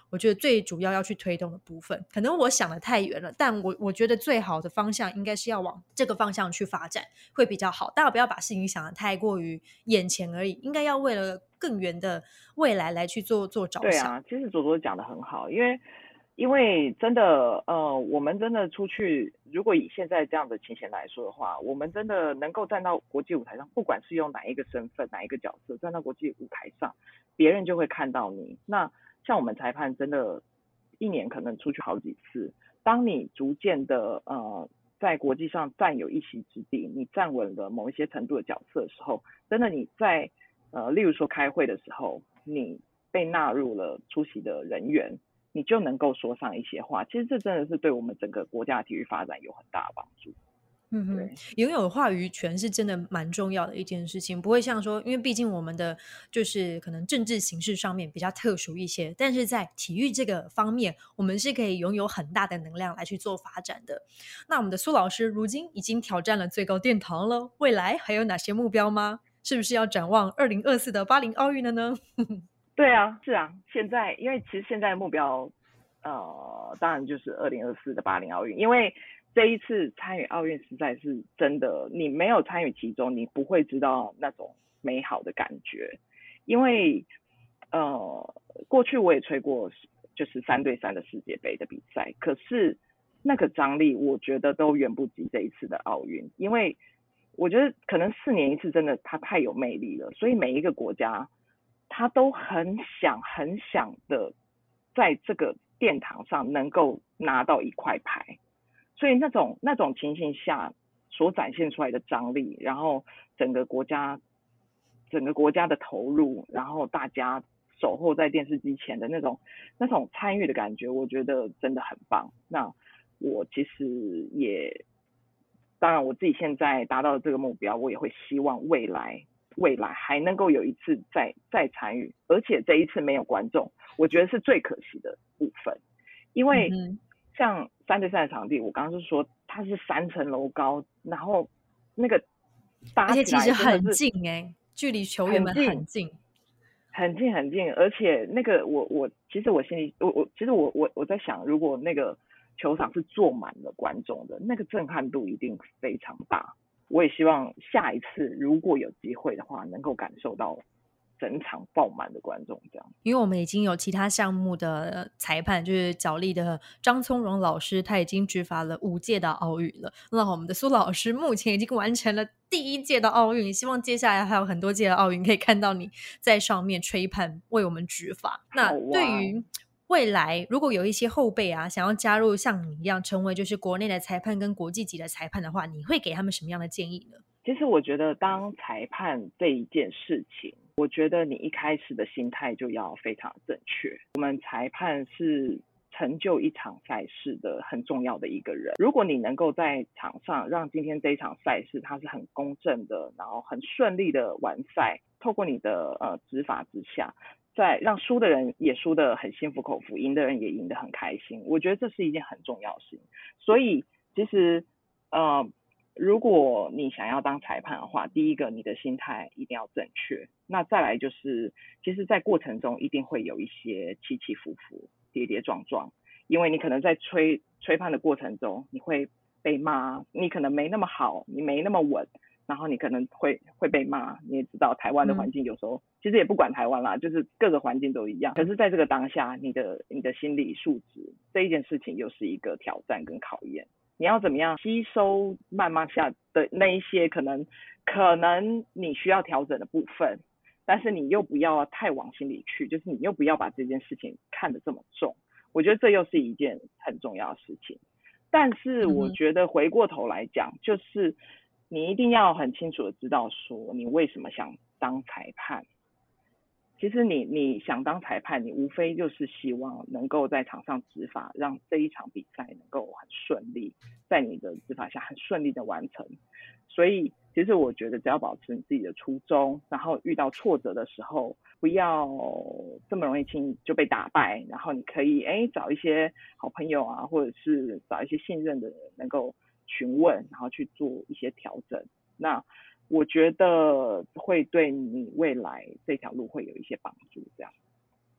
我觉得最主要要去推动的部分。可能我想的太远了，但我我觉得最好的方向应该是要往这个方向去发展会比较好。当然不要把事情想得太过于眼前而已，应该要为了更远的未来来去做做着想。 对啊，其实左左讲的很好，因为因为真的呃，我们真的出去，如果以现在这样的情形来说的话，我们真的能够站到国际舞台上，不管是用哪一个身份哪一个角色站到国际舞台上，别人就会看到你。那像我们裁判真的一年可能出去好几次，当你逐渐的呃在国际上占有一席之地，你站稳了某一些程度的角色的时候，真的你在呃例如说开会的时候，你被纳入了出席的人员，你就能够说上一些话。其实这真的是对我们整个国家的体育发展有很大的帮助。 嗯哼，拥有话语权是真的蛮重要的一件事情，不会像说，因为毕竟我们的就是可能政治形势上面比较特殊一些，但是在体育这个方面，我们是可以拥有很大的能量来去做发展的。那我们的苏老师如今已经挑战了最高殿堂了，未来还有哪些目标吗？是不是要展望二零二四的巴黎奥运了呢？ 对啊，是啊，现在因为其实现在的目标，呃，当然就是二零二四的巴黎奥运，因为这一次参与奥运实在是真的，你没有参与其中，你不会知道那种美好的感觉。因为呃，过去我也吹过就是三对三的世界杯的比赛，可是那个张力我觉得都远不及这一次的奥运，因为我觉得可能四年一次真的它太有魅力了，所以每一个国家他都很想很想的在这个殿堂上能够拿到一块牌。所以那种那种情形下所展现出来的张力，然后整个国家整个国家的投入，然后大家守候在电视机前的那种那种参与的感觉，我觉得真的很棒。那我其实也当然我自己现在达到了这个目标，我也会希望未来未来还能够有一次再再参与，而且这一次没有观众，我觉得是最可惜的部分。因为像三对三的场地，我刚刚是说它是三层楼高，然后那个搭起来而且其实很近哎、欸，距离球员们很近， 很近很近。而且那个我我其实我心里我我其实我我我在想，如果那个球场是坐满了观众的，那个震撼度一定非常大。我也希望下一次如果有机会的话，能够感受到整场爆满的观众这样。 因为我们已经有其他项目的裁判，就是角力的张聪荣老师，他已经执法了五届的奥运了。那我们的苏老师目前已经完成了第一届的奥运，希望接下来还有很多届的奥运可以看到你在上面吹判为我们执法。那对于未来如果有一些后辈啊想要加入像你一样成为就是国内的裁判跟国际级的裁判的话，你会给他们什么样的建议呢？ 其实我觉得当裁判这一件事情，我觉得你一开始的心态就要非常正确。我们裁判是成就一场赛事的很重要的一个人，如果你能够在场上让今天这一场赛事它是很公正的，然后很顺利的完赛，透过你的呃执法之下，再让输的人也输得很心服口服，赢的人也赢得很开心，我觉得这是一件很重要的事情。所以其实呃如果你想要当裁判的话，第一个你的心态一定要正确，那再来就是其实在过程中一定会有一些起起伏伏跌跌撞撞，因为你可能在吹吹判的过程中你会被骂，你可能没那么好，你没那么稳，然后你可能会会被骂。你也知道台湾的环境有时候、嗯、其实也不管台湾啦，就是各个环境都一样，可是在这个当下你的你的心理素质这一件事情又是一个挑战跟考验，你要怎么样吸收谩骂下的那一些可能可能你需要调整的部分，但是你又不要太往心里去，就是你又不要把这件事情看得这么重，我觉得这又是一件很重要的事情。但是我觉得回过头来讲，就是你一定要很清楚的知道说你为什么想当裁判。其实你你想当裁判，你无非就是希望能够在场上执法，让这一场比赛能够很顺利，在你的执法下很顺利的完成。所以其实我觉得只要保持你自己的初衷，然后遇到挫折的时候不要这么容易轻易就被打败，然后你可以哎找一些好朋友啊，或者是找一些信任的人能够询问，然后去做一些调整。那我觉得会对你未来这条路会有一些帮助这样。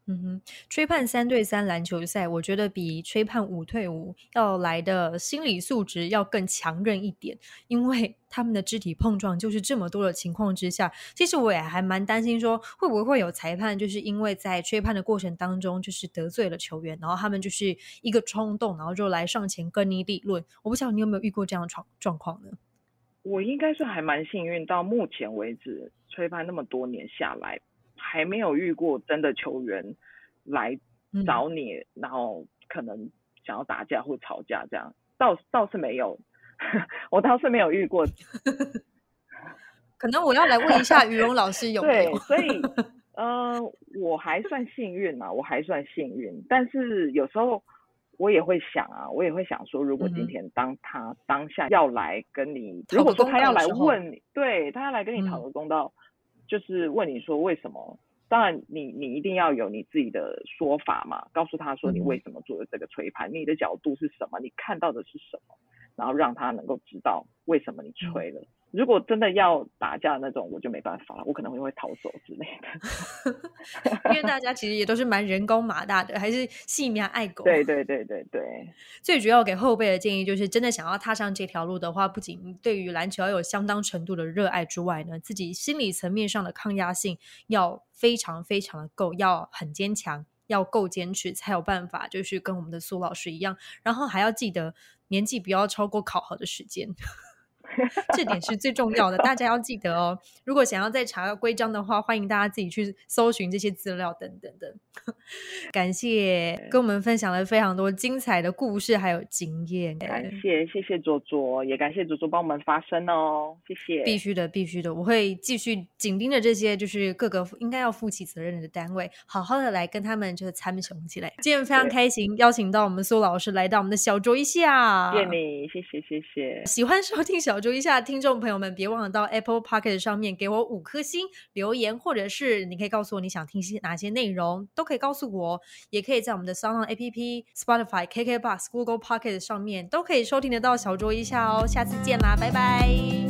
嗯哼，吹判三对三篮球赛，我觉得比吹判五对五要来的心理素质要更强韧一点，因为他们的肢体碰撞就是这么多的情况之下，其实我也还蛮担心说会不会有裁判就是因为在吹判的过程当中就是得罪了球员，然后他们就是一个冲动，然后就来上前跟你理论。我不晓得你有没有遇过这样的状状况呢？ 我应该是还蛮幸运，到目前为止吹判那么多年下来，还没有遇过真的球员来找你，嗯、然后可能想要打架或吵架这样，倒倒是没有，我倒是没有遇过。 可能我要来问一下于蓉老师有没有？ 对，所以呃，我还算幸运嘛，我还算幸运，但是有时候我也会想啊，我也会想说，如果今天当他当下要来跟你，嗯、如果说他要来问你，对他要来跟你讨个公道，嗯、就是问你说为什么？当然你，你你一定要有你自己的说法嘛，告诉他说你为什么做的这个吹判，嗯、你的角度是什么，你看到的是什么，然后让他能够知道为什么你吹了。嗯、如果真的要打架那种，我就没办法了，我可能会会逃走之类的。 因为大家其实也都是蛮人高马大的，还是细苗爱狗。 对对对对对。 最主要给后辈的建议就是，真的想要踏上这条路的话，不仅对于篮球要有相当程度的热爱之外呢，自己心理层面上的抗压性要非常非常的够，要很坚强，要够坚持，才有办法就是跟我们的苏老师一样，然后还要记得年纪不要超过考核的时间。这点是最重要的，大家要记得哦。如果想要再查规章的话，欢迎大家自己去搜寻这些资料等等的。感谢跟我们分享了非常多精彩的故事还有经验。 感谢谢谢卓卓，也感谢卓卓帮我们发声哦，谢谢。 必须的必须的，我会继续紧盯着这些就是各个应该要负起责任的单位，好好的来跟他们就是参雄起来。今天非常开心邀请到我们苏老师来到我们的小酌一下。 谢谢你，谢谢谢谢。 喜欢收听小酌一下的听众朋友们，别忘了到 Apple Podcast 上面给我五颗星留言，或者是你可以告诉我你想听哪些内容，都可以告诉我，也可以在我们的 SoundOn A P P、Spotify、K K Box、Google Podcast 上面都可以收听得到小酌一下哦。下次见啦，拜拜。